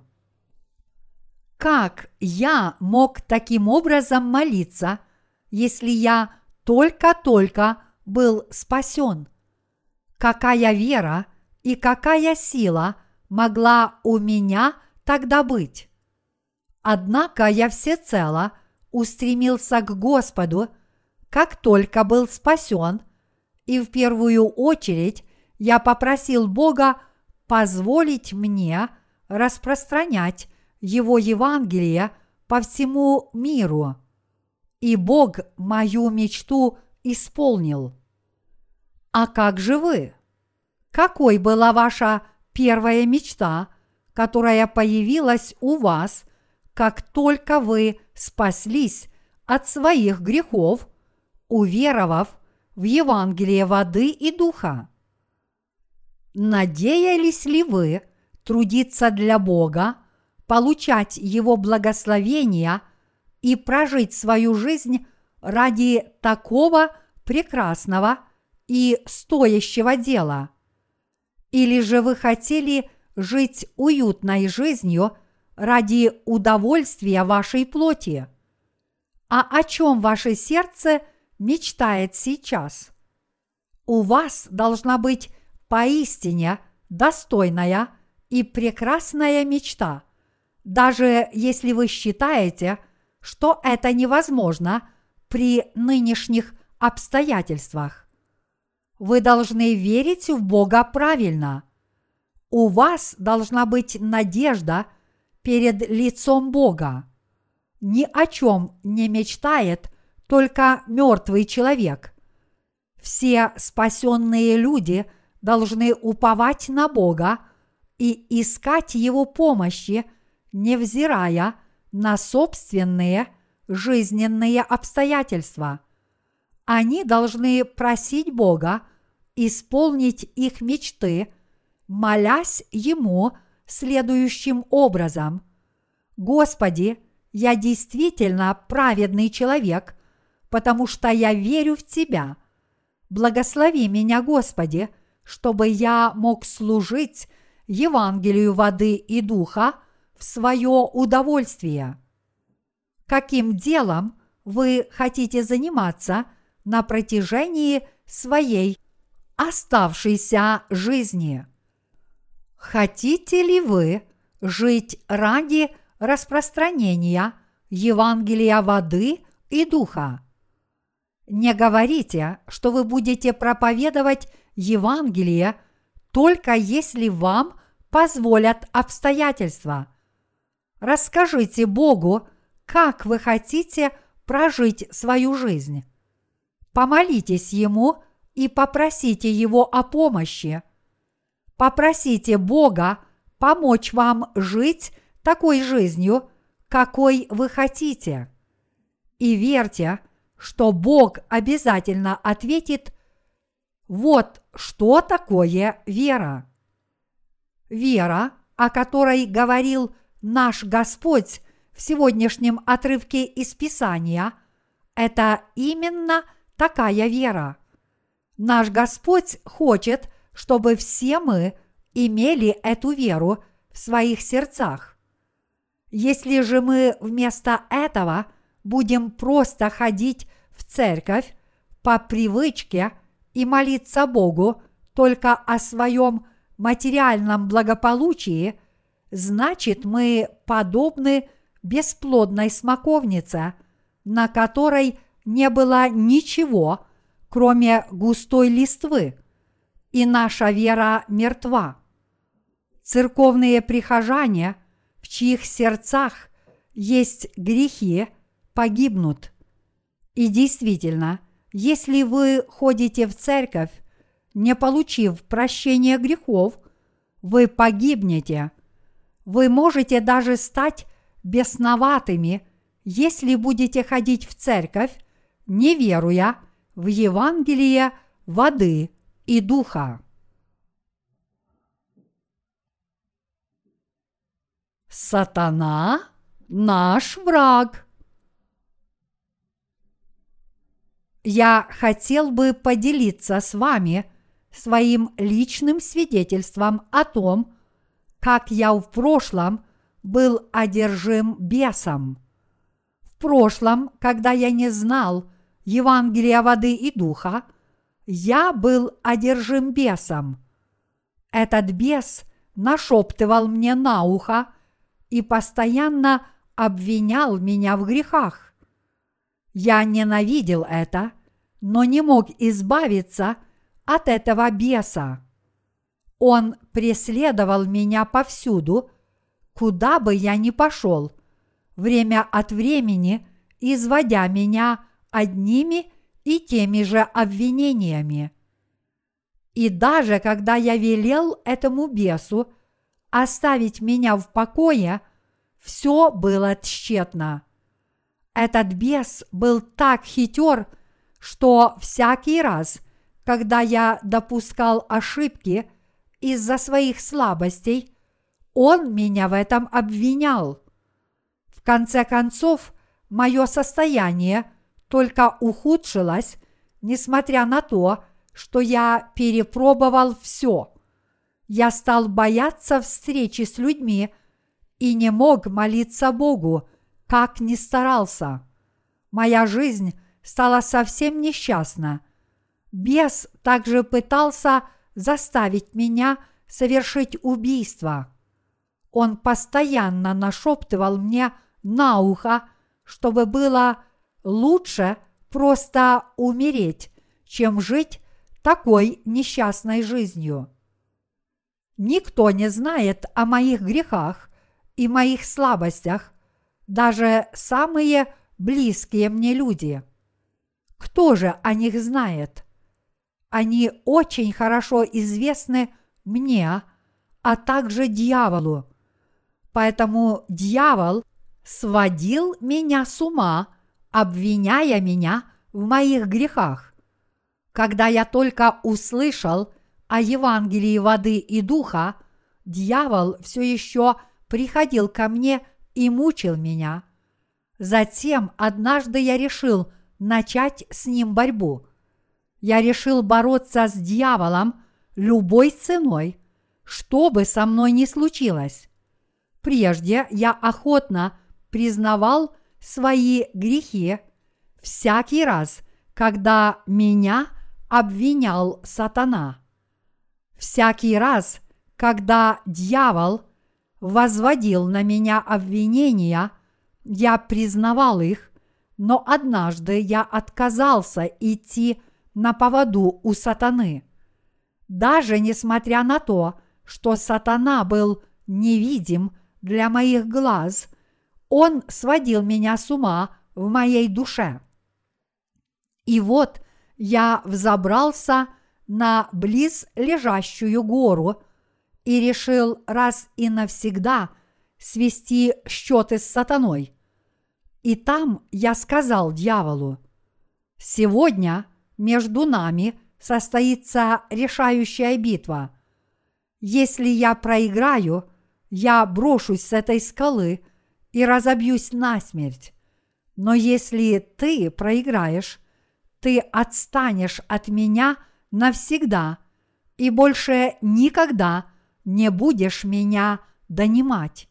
Как я мог таким образом молиться, если я только-только был спасен? Какая вера и какая сила могла у меня тогда быть? Однако я всецело устремился к Господу, как только был спасен, и в первую очередь я попросил Бога позволить мне распространять Его Евангелие по всему миру. И Бог мою мечту исполнил. А как же вы? Какой была ваша первая мечта, которая появилась у вас, как только вы спаслись от своих грехов уверовав в Евангелие воды и духа? Надеялись ли вы трудиться для Бога, получать Его благословения и прожить свою жизнь ради такого прекрасного и стоящего дела? Или же вы хотели жить уютной жизнью ради удовольствия вашей плоти? А о чем ваше сердце мечтает сейчас? У вас должна быть поистине достойная и прекрасная мечта, даже если вы считаете, что это невозможно при нынешних обстоятельствах. Вы должны верить в Бога правильно. У вас должна быть надежда перед лицом Бога. Ни о чем не мечтает только мертвый человек. Все спасенные люди должны уповать на Бога и искать Его помощи, невзирая на собственные жизненные обстоятельства. Они должны просить Бога исполнить их мечты, молясь Ему следующим образом: «Господи, я действительно праведный человек, потому что я верю в Тебя. Благослови меня, Господи, чтобы я мог служить Евангелию воды и духа в свое удовольствие». Каким делом вы хотите заниматься на протяжении своей оставшейся жизни? Хотите ли вы жить ради распространения Евангелия воды и духа? Не говорите, что вы будете проповедовать Евангелие только если вам позволят обстоятельства. Расскажите Богу, как вы хотите прожить свою жизнь. Помолитесь Ему и попросите Его о помощи. Попросите Бога помочь вам жить такой жизнью, какой вы хотите. И верьте, что Бог обязательно ответит: вот что такое вера. Вера, о которой говорил наш Господь в сегодняшнем отрывке из Писания, это именно такая вера. Наш Господь хочет, чтобы все мы имели эту веру в своих сердцах. Если же мы вместо этого будем просто ходить в церковь по привычке и молиться Богу только о своем материальном благополучии, значит, мы подобны бесплодной смоковнице, на которой не было ничего, кроме густой листвы, и наша вера мертва. Церковные прихожане, в чьих сердцах есть грехи, погибнут. И действительно, если вы ходите в церковь, не получив прощения грехов, вы погибнете. Вы можете даже стать бесноватыми, если будете ходить в церковь, не веруя в Евангелие воды и духа. Сатана – наш враг. Я хотел бы поделиться с вами своим личным свидетельством о том, как я в прошлом был одержим бесом. В прошлом, когда я не знал Евангелия воды и духа, я был одержим бесом. Этот бес нашептывал мне на ухо и постоянно обвинял меня в грехах. Я ненавидел это, но не мог избавиться от этого беса. Он преследовал меня повсюду, куда бы я ни пошел, время от времени изводя меня одними и теми же обвинениями. И даже когда я велел этому бесу оставить меня в покое, все было тщетно. Этот бес был так хитер, что всякий раз, когда я допускал ошибки из-за своих слабостей, Он меня в этом обвинял. В конце концов, мое состояние только ухудшилось, несмотря на то, что я перепробовал все. Я стал бояться встречи с людьми и не мог молиться Богу, как ни старался. Моя жизнь стала совсем несчастна. Бес также пытался заставить меня совершить убийство. Он постоянно нашептывал мне на ухо, чтобы было лучше просто умереть, чем жить такой несчастной жизнью. Никто не знает о моих грехах и моих слабостях, даже самые близкие мне люди. Кто же о них знает? Они очень хорошо известны мне, а также дьяволу. Поэтому дьявол сводил меня с ума, обвиняя меня в моих грехах. Когда я только услышал о Евангелии воды и духа, дьявол все еще приходил ко мне и мучил меня. Затем однажды я решил начать с ним борьбу. Я решил бороться с дьяволом любой ценой, что бы со мной ни случилось. Прежде я охотно признавал свои грехи всякий раз, когда меня обвинял сатана. Всякий раз, когда дьявол возводил на меня обвинения, я признавал их, но однажды я отказался идти на поводу у сатаны. Даже несмотря на то, что сатана был невидим для моих глаз, он сводил меня с ума в моей душе. И вот я взобрался на близлежащую гору и решил раз и навсегда свести счеты с сатаной. И там я сказал дьяволу: «Сегодня между нами состоится решающая битва. Если я проиграю, я брошусь с этой скалы и разобьюсь насмерть. Но если ты проиграешь, ты отстанешь от меня навсегда и больше никогда не будешь меня донимать».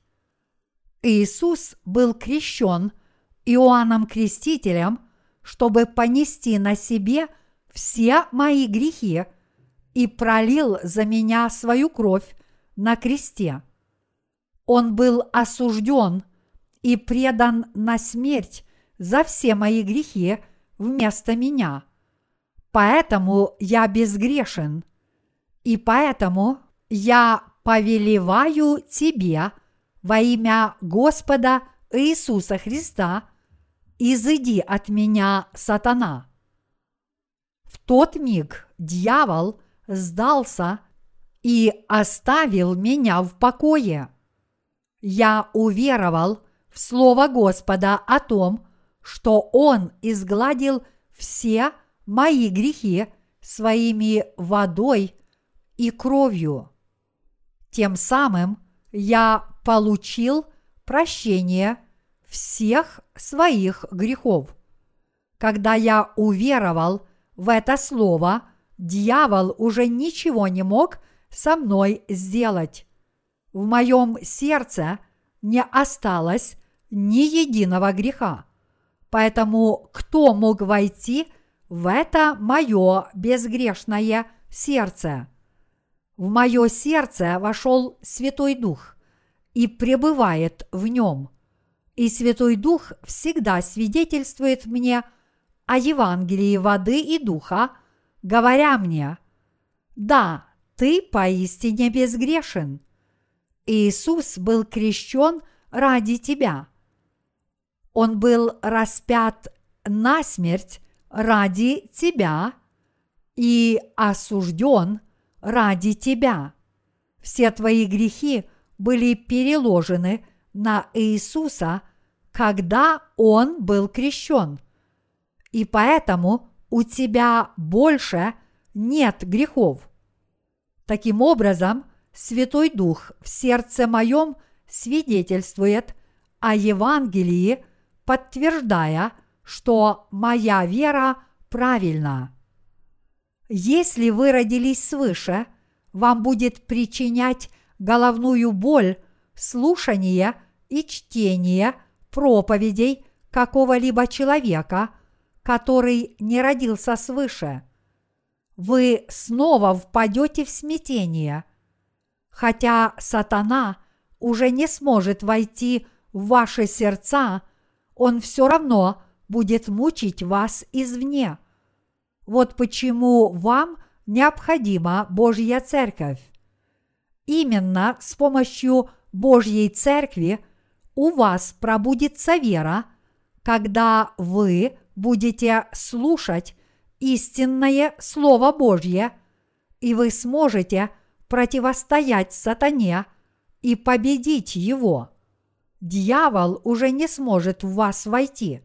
Иисус был крещен Иоанном Крестителем, чтобы понести на себе все мои грехи, и пролил за меня свою кровь на кресте. Он был осужден и предан на смерть за все мои грехи вместо меня. Поэтому я безгрешен, и поэтому я повелеваю тебе во имя Господа Иисуса Христа: изыди от меня, сатана. В тот миг дьявол сдался и оставил меня в покое. Я уверовал в Слово Господа о том, что Он изгладил все мои грехи своими водой и кровью. Тем самым я получил прощение всех своих грехов. Когда я уверовал в это слово, дьявол уже ничего не мог со мной сделать. В моем сердце не осталось ни единого греха. Поэтому кто мог войти в это мое безгрешное сердце? В мое сердце вошел Святой Дух и пребывает в нем. И Святой Дух всегда свидетельствует мне о Евангелии воды и духа, говоря мне: «Да, ты поистине безгрешен. Иисус был крещен ради тебя. Он был распят насмерть ради тебя и осужден ради тебя. Все твои грехи были переложены на Иисуса, когда Он был крещен. И поэтому у тебя больше нет грехов. Таким образом, Святой Дух в сердце моем свидетельствует о Евангелии, подтверждая, что моя вера правильна. Если вы родились свыше, вам будет причинять головную боль слушание и чтение проповедей какого-либо человека, который не родился свыше. Вы снова впадете в смятение. Хотя сатана уже не сможет войти в ваши сердца, он все равно будет мучить вас извне. Вот почему вам необходима Божья Церковь. Именно с помощью Божьей Церкви у вас пробудится вера, когда вы будете слушать истинное Слово Божье, и вы сможете противостоять сатане и победить его. Дьявол уже не сможет в вас войти.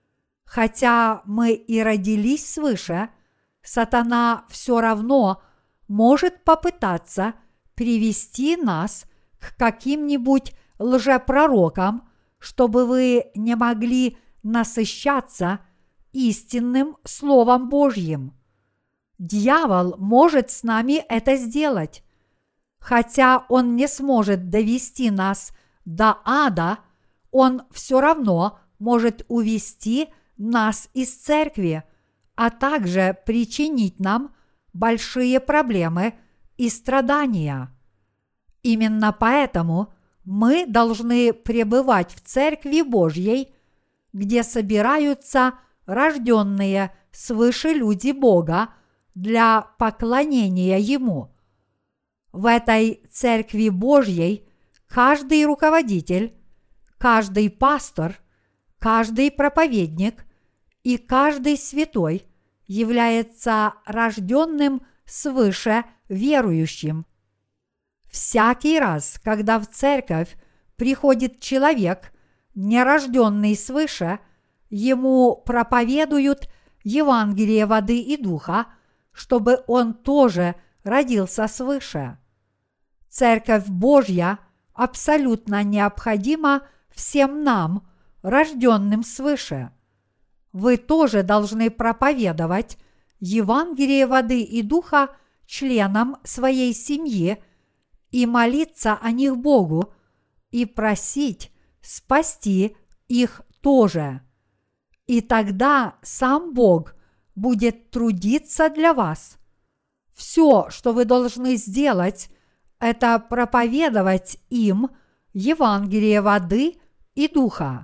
Хотя мы и родились свыше, сатана все равно может попытаться привести нас к каким-нибудь лжепророкам, чтобы вы не могли насыщаться истинным Словом Божьим. Дьявол может с нами это сделать. Хотя он не сможет довести нас до ада, он все равно может увести нас из церкви, а также причинить нам большие проблемы и страдания. Именно поэтому мы должны пребывать в Церкви Божьей, где собираются рожденные свыше люди Бога для поклонения Ему. В этой Церкви Божьей каждый руководитель, каждый пастор, каждый проповедник и каждый святой является рожденным свыше верующим. Всякий раз, когда в церковь приходит человек, нерожденный свыше, ему проповедуют Евангелие воды и духа, чтобы он тоже родился свыше. Церковь Божья абсолютно необходима всем нам, рожденным свыше. Вы тоже должны проповедовать Евангелие воды и духа членам своей семьи и молиться о них Богу и просить спасти их тоже. И тогда сам Бог будет трудиться для вас. Все, что вы должны сделать, это проповедовать им Евангелие воды и духа.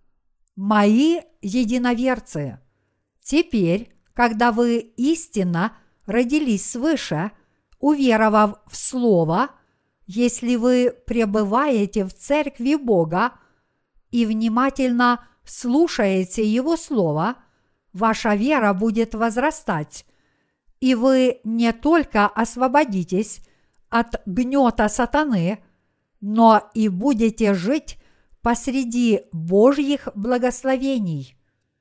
Мои единоверцы, теперь, когда вы истинно родились свыше, уверовав в Слово, если вы пребываете в Церкви Бога и внимательно слушаете Его Слово, ваша вера будет возрастать, и вы не только освободитесь от гнета сатаны, но и будете жить посреди Божьих благословений.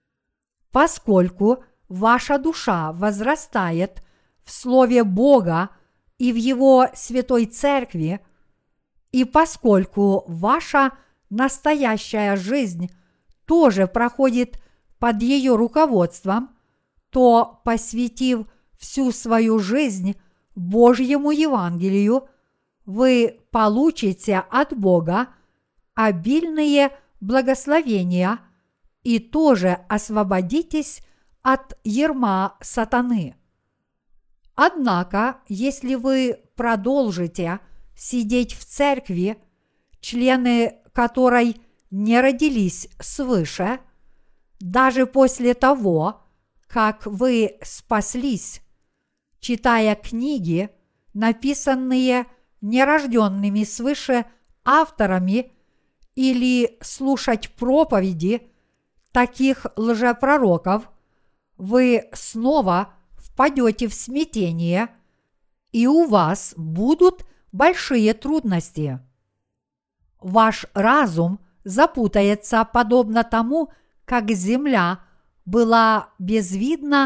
Поскольку ваша душа возрастает в Слове Бога и в Его Святой Церкви, и поскольку ваша настоящая жизнь тоже проходит под ее руководством, то, посвятив всю свою жизнь Божьему Евангелию, вы получите от Бога обильные благословения и тоже освободитесь от ярма сатаны. Однако, если вы продолжите сидеть в церкви, члены которой не родились свыше, даже после того, как вы спаслись, читая книги, написанные нерожденными свыше авторами, или слушать проповеди таких лжепророков, вы снова впадете в смятение, и у вас будут большие трудности. Ваш разум запутается подобно тому, как земля была безвидна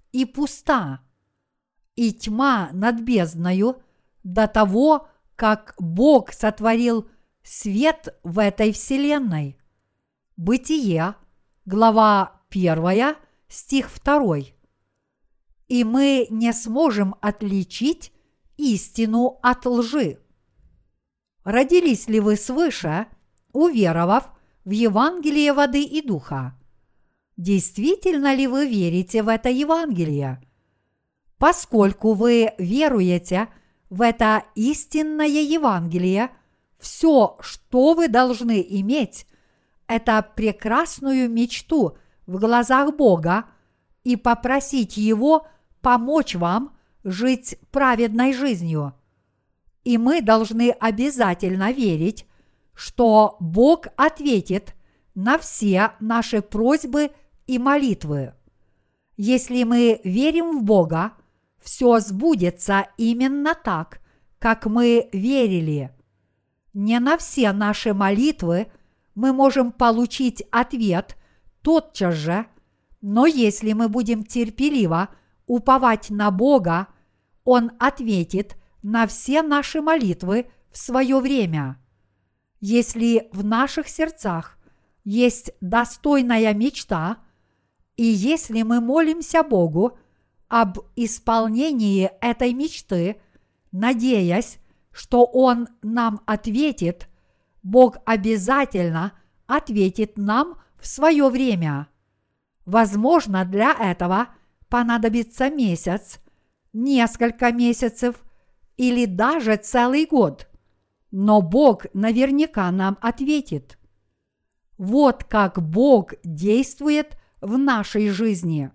и пуста, и тьма над бездною до того, как Бог сотворил свет в этой вселенной. Бытие, глава первая, стих второй. И мы не сможем отличить истину от лжи. Родились ли вы свыше, уверовав в Евангелие воды и духа? Действительно ли вы верите в это Евангелие? Поскольку вы веруете в это истинное Евангелие, все, что вы должны иметь, это прекрасную мечту в глазах Бога и попросить Его помочь вам жить праведной жизнью. И мы должны обязательно верить, что Бог ответит на все наши просьбы и молитвы. Если мы верим в Бога, все сбудется именно так, как мы верили. Не на все наши молитвы мы можем получить ответ тотчас же, но если мы будем терпеливо уповать на Бога, Он ответит на все наши молитвы в свое время. Если в наших сердцах есть достойная мечта, и если мы молимся Богу об исполнении этой мечты, надеясь, что Он нам ответит, Бог обязательно ответит нам в свое время. Возможно, для этого понадобится месяц, несколько месяцев или даже целый год, но Бог наверняка нам ответит. Вот как Бог действует в нашей жизни.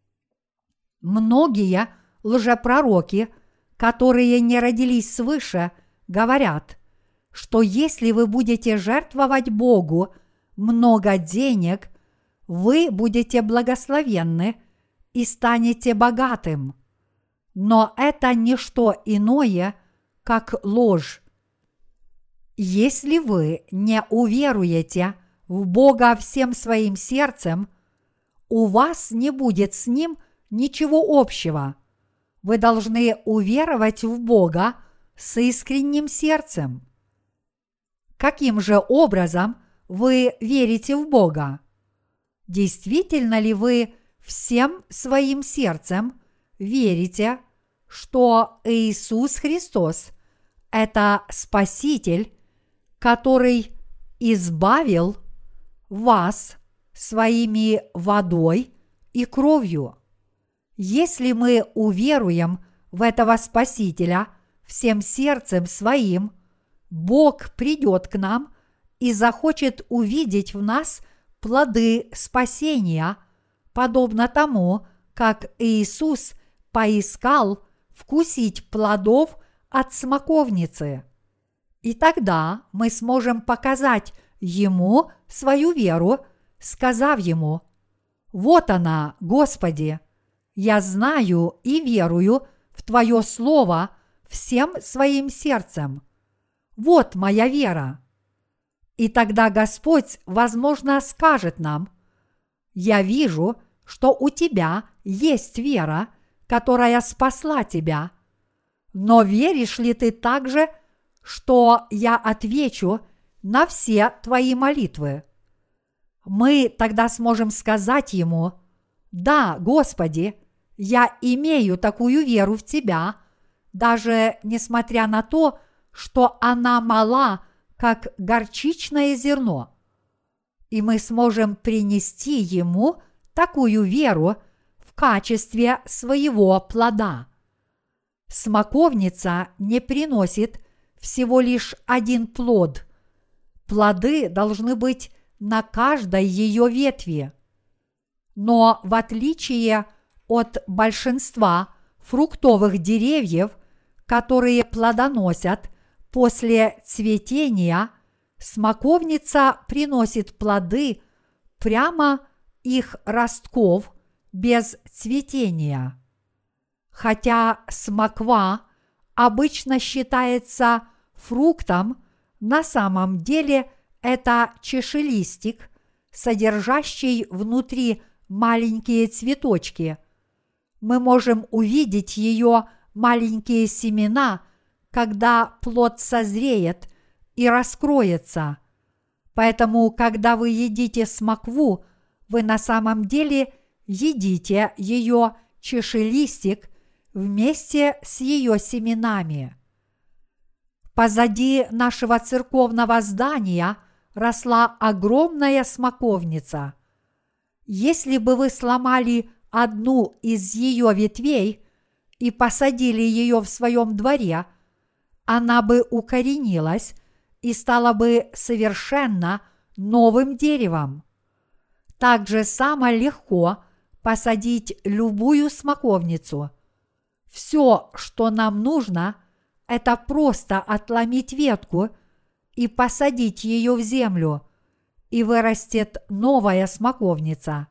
Многие лжепророки, которые не родились свыше, говорят, что если вы будете жертвовать Богу много денег, вы будете благословенны и станете богатым. Но это не что иное, как ложь. Если вы не уверуете в Бога всем своим сердцем, у вас не будет с Ним ничего общего. Вы должны уверовать в Бога с искренним сердцем. Каким же образом вы верите в Бога? Действительно ли вы всем своим сердцем верите, что Иисус Христос – это Спаситель, который избавил вас своими водой и кровью? Если мы уверуем в этого Спасителя всем сердцем своим, Бог придет к нам и захочет увидеть в нас плоды спасения, подобно тому, как Иисус поискал вкусить плодов от смоковницы. И тогда мы сможем показать Ему свою веру, сказав Ему: «Вот она, Господи, я знаю и верую в Твое Слово всем своим сердцем. Вот моя вера». И тогда Господь, возможно, скажет нам: «Я вижу, что у тебя есть вера, которая спасла тебя. Но веришь ли ты также, что я отвечу на все твои молитвы?» Мы тогда сможем сказать Ему: «Да, Господи, я имею такую веру в Тебя, даже несмотря на то, что она мала, как горчичное зерно». И мы сможем принести Ему такую веру в качестве своего плода. Смоковница не приносит всего лишь один плод. Плоды должны быть на каждой ее ветви. Но в отличие от большинства фруктовых деревьев, которые плодоносят после цветения, смоковница приносит плоды прямо их ростков без цветения. Хотя смоква обычно считается фруктом, на самом деле это чашелистик, содержащий внутри маленькие цветочки. мы можем увидеть ее маленькие семена, когда плод созреет и раскроется. Поэтому, когда вы едите смокву, вы на самом деле едите ее чашелистик вместе с ее семенами. Позади нашего церковного здания росла огромная смоковница. Если бы вы сломали одну из ее ветвей и посадили ее в своем дворе, она бы укоренилась и стала бы совершенно новым деревом. Так же само легко посадить любую смоковницу. Все, что нам нужно, это просто отломить ветку и посадить ее в землю, и вырастет новая смоковница.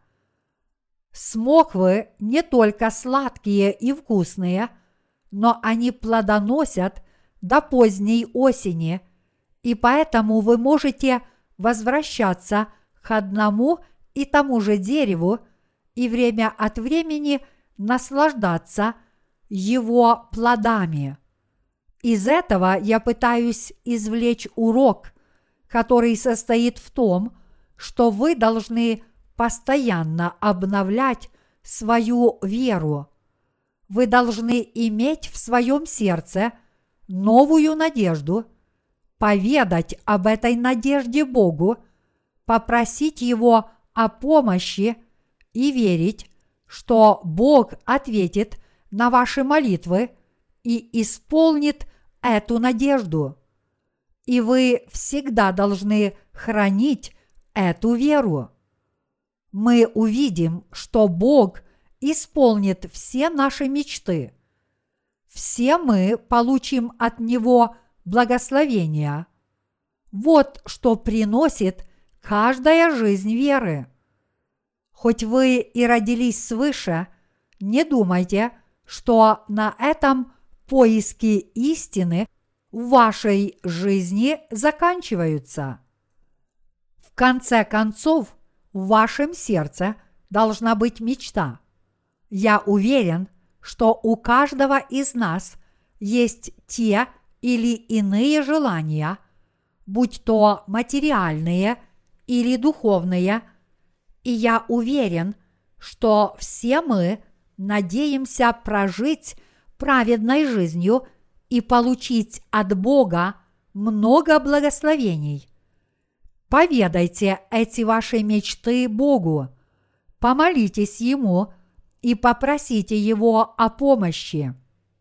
Смоквы не только сладкие и вкусные, но они плодоносят до поздней осени, и поэтому вы можете возвращаться к одному и тому же дереву и время от времени наслаждаться его плодами. Из этого я пытаюсь извлечь урок, который состоит в том, что вы должны постоянно обновлять свою веру. Вы должны иметь в своем сердце новую надежду, поведать об этой надежде Богу, попросить Его о помощи и верить, что Бог ответит на ваши молитвы и исполнит эту надежду. И вы всегда должны хранить эту веру. Мы увидим, что Бог исполнит все наши мечты. Все мы получим от Него благословения. Вот что приносит каждая жизнь веры. Хоть вы и родились свыше, не думайте, что на этом поиски истины в вашей жизни заканчиваются. В конце концов, в вашем сердце должна быть мечта. Я уверен, что у каждого из нас есть те или иные желания, будь то материальные или духовные, и я уверен, что все мы надеемся прожить праведной жизнью и получить от Бога много благословений. Поведайте эти ваши мечты Богу, помолитесь Ему и попросите Его о помощи.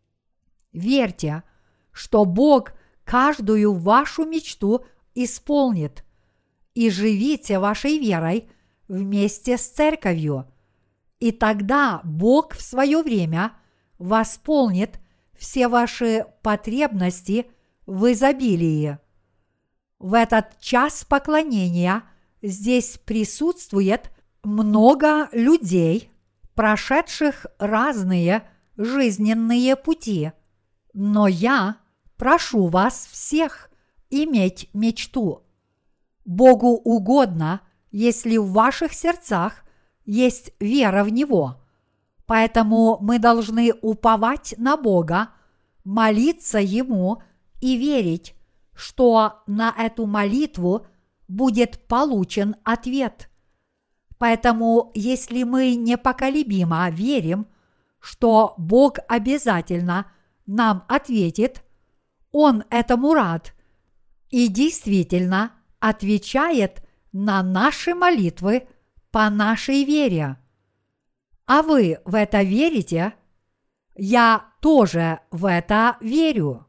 Верьте, что Бог каждую вашу мечту исполнит, и живите вашей верой вместе с церковью, и тогда Бог в свое время восполнит все ваши потребности в изобилии. В этот час поклонения здесь присутствует много людей, прошедших разные жизненные пути, но я прошу вас всех иметь мечту. Богу угодно, если в ваших сердцах есть вера в Него. Поэтому мы должны уповать на Бога, молиться Ему и верить, что на эту молитву будет получен ответ. Поэтому, если мы непоколебимо верим, что Бог обязательно нам ответит, Он этому рад и действительно отвечает на наши молитвы по нашей вере. А вы в это верите? Я тоже в это верю.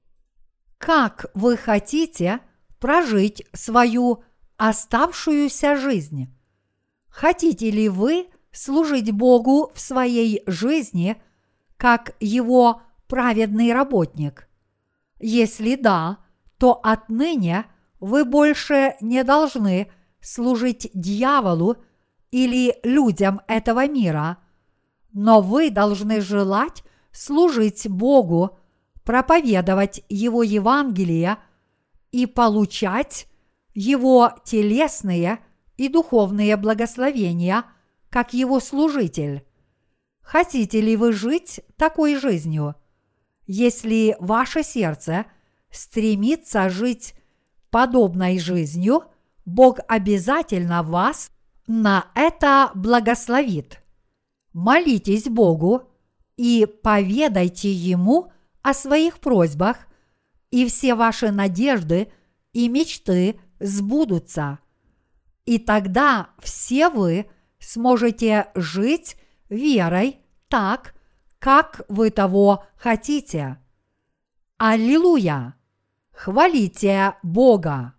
Как вы хотите прожить свою оставшуюся жизнь? Хотите ли вы служить Богу в своей жизни как Его праведный работник? Если да, то отныне вы больше не должны служить дьяволу или людям этого мира, но вы должны желать служить Богу, проповедовать Его Евангелие и получать Его телесные и духовные благословения как Его служитель. Хотите ли вы жить такой жизнью? Если ваше сердце стремится жить подобной жизнью, Бог обязательно вас на это благословит. Молитесь Богу и поведайте Ему о своих просьбах, и все ваши надежды и мечты сбудутся. И тогда все вы сможете жить верой так, как вы того хотите. Аллилуйя! Хвалите Бога!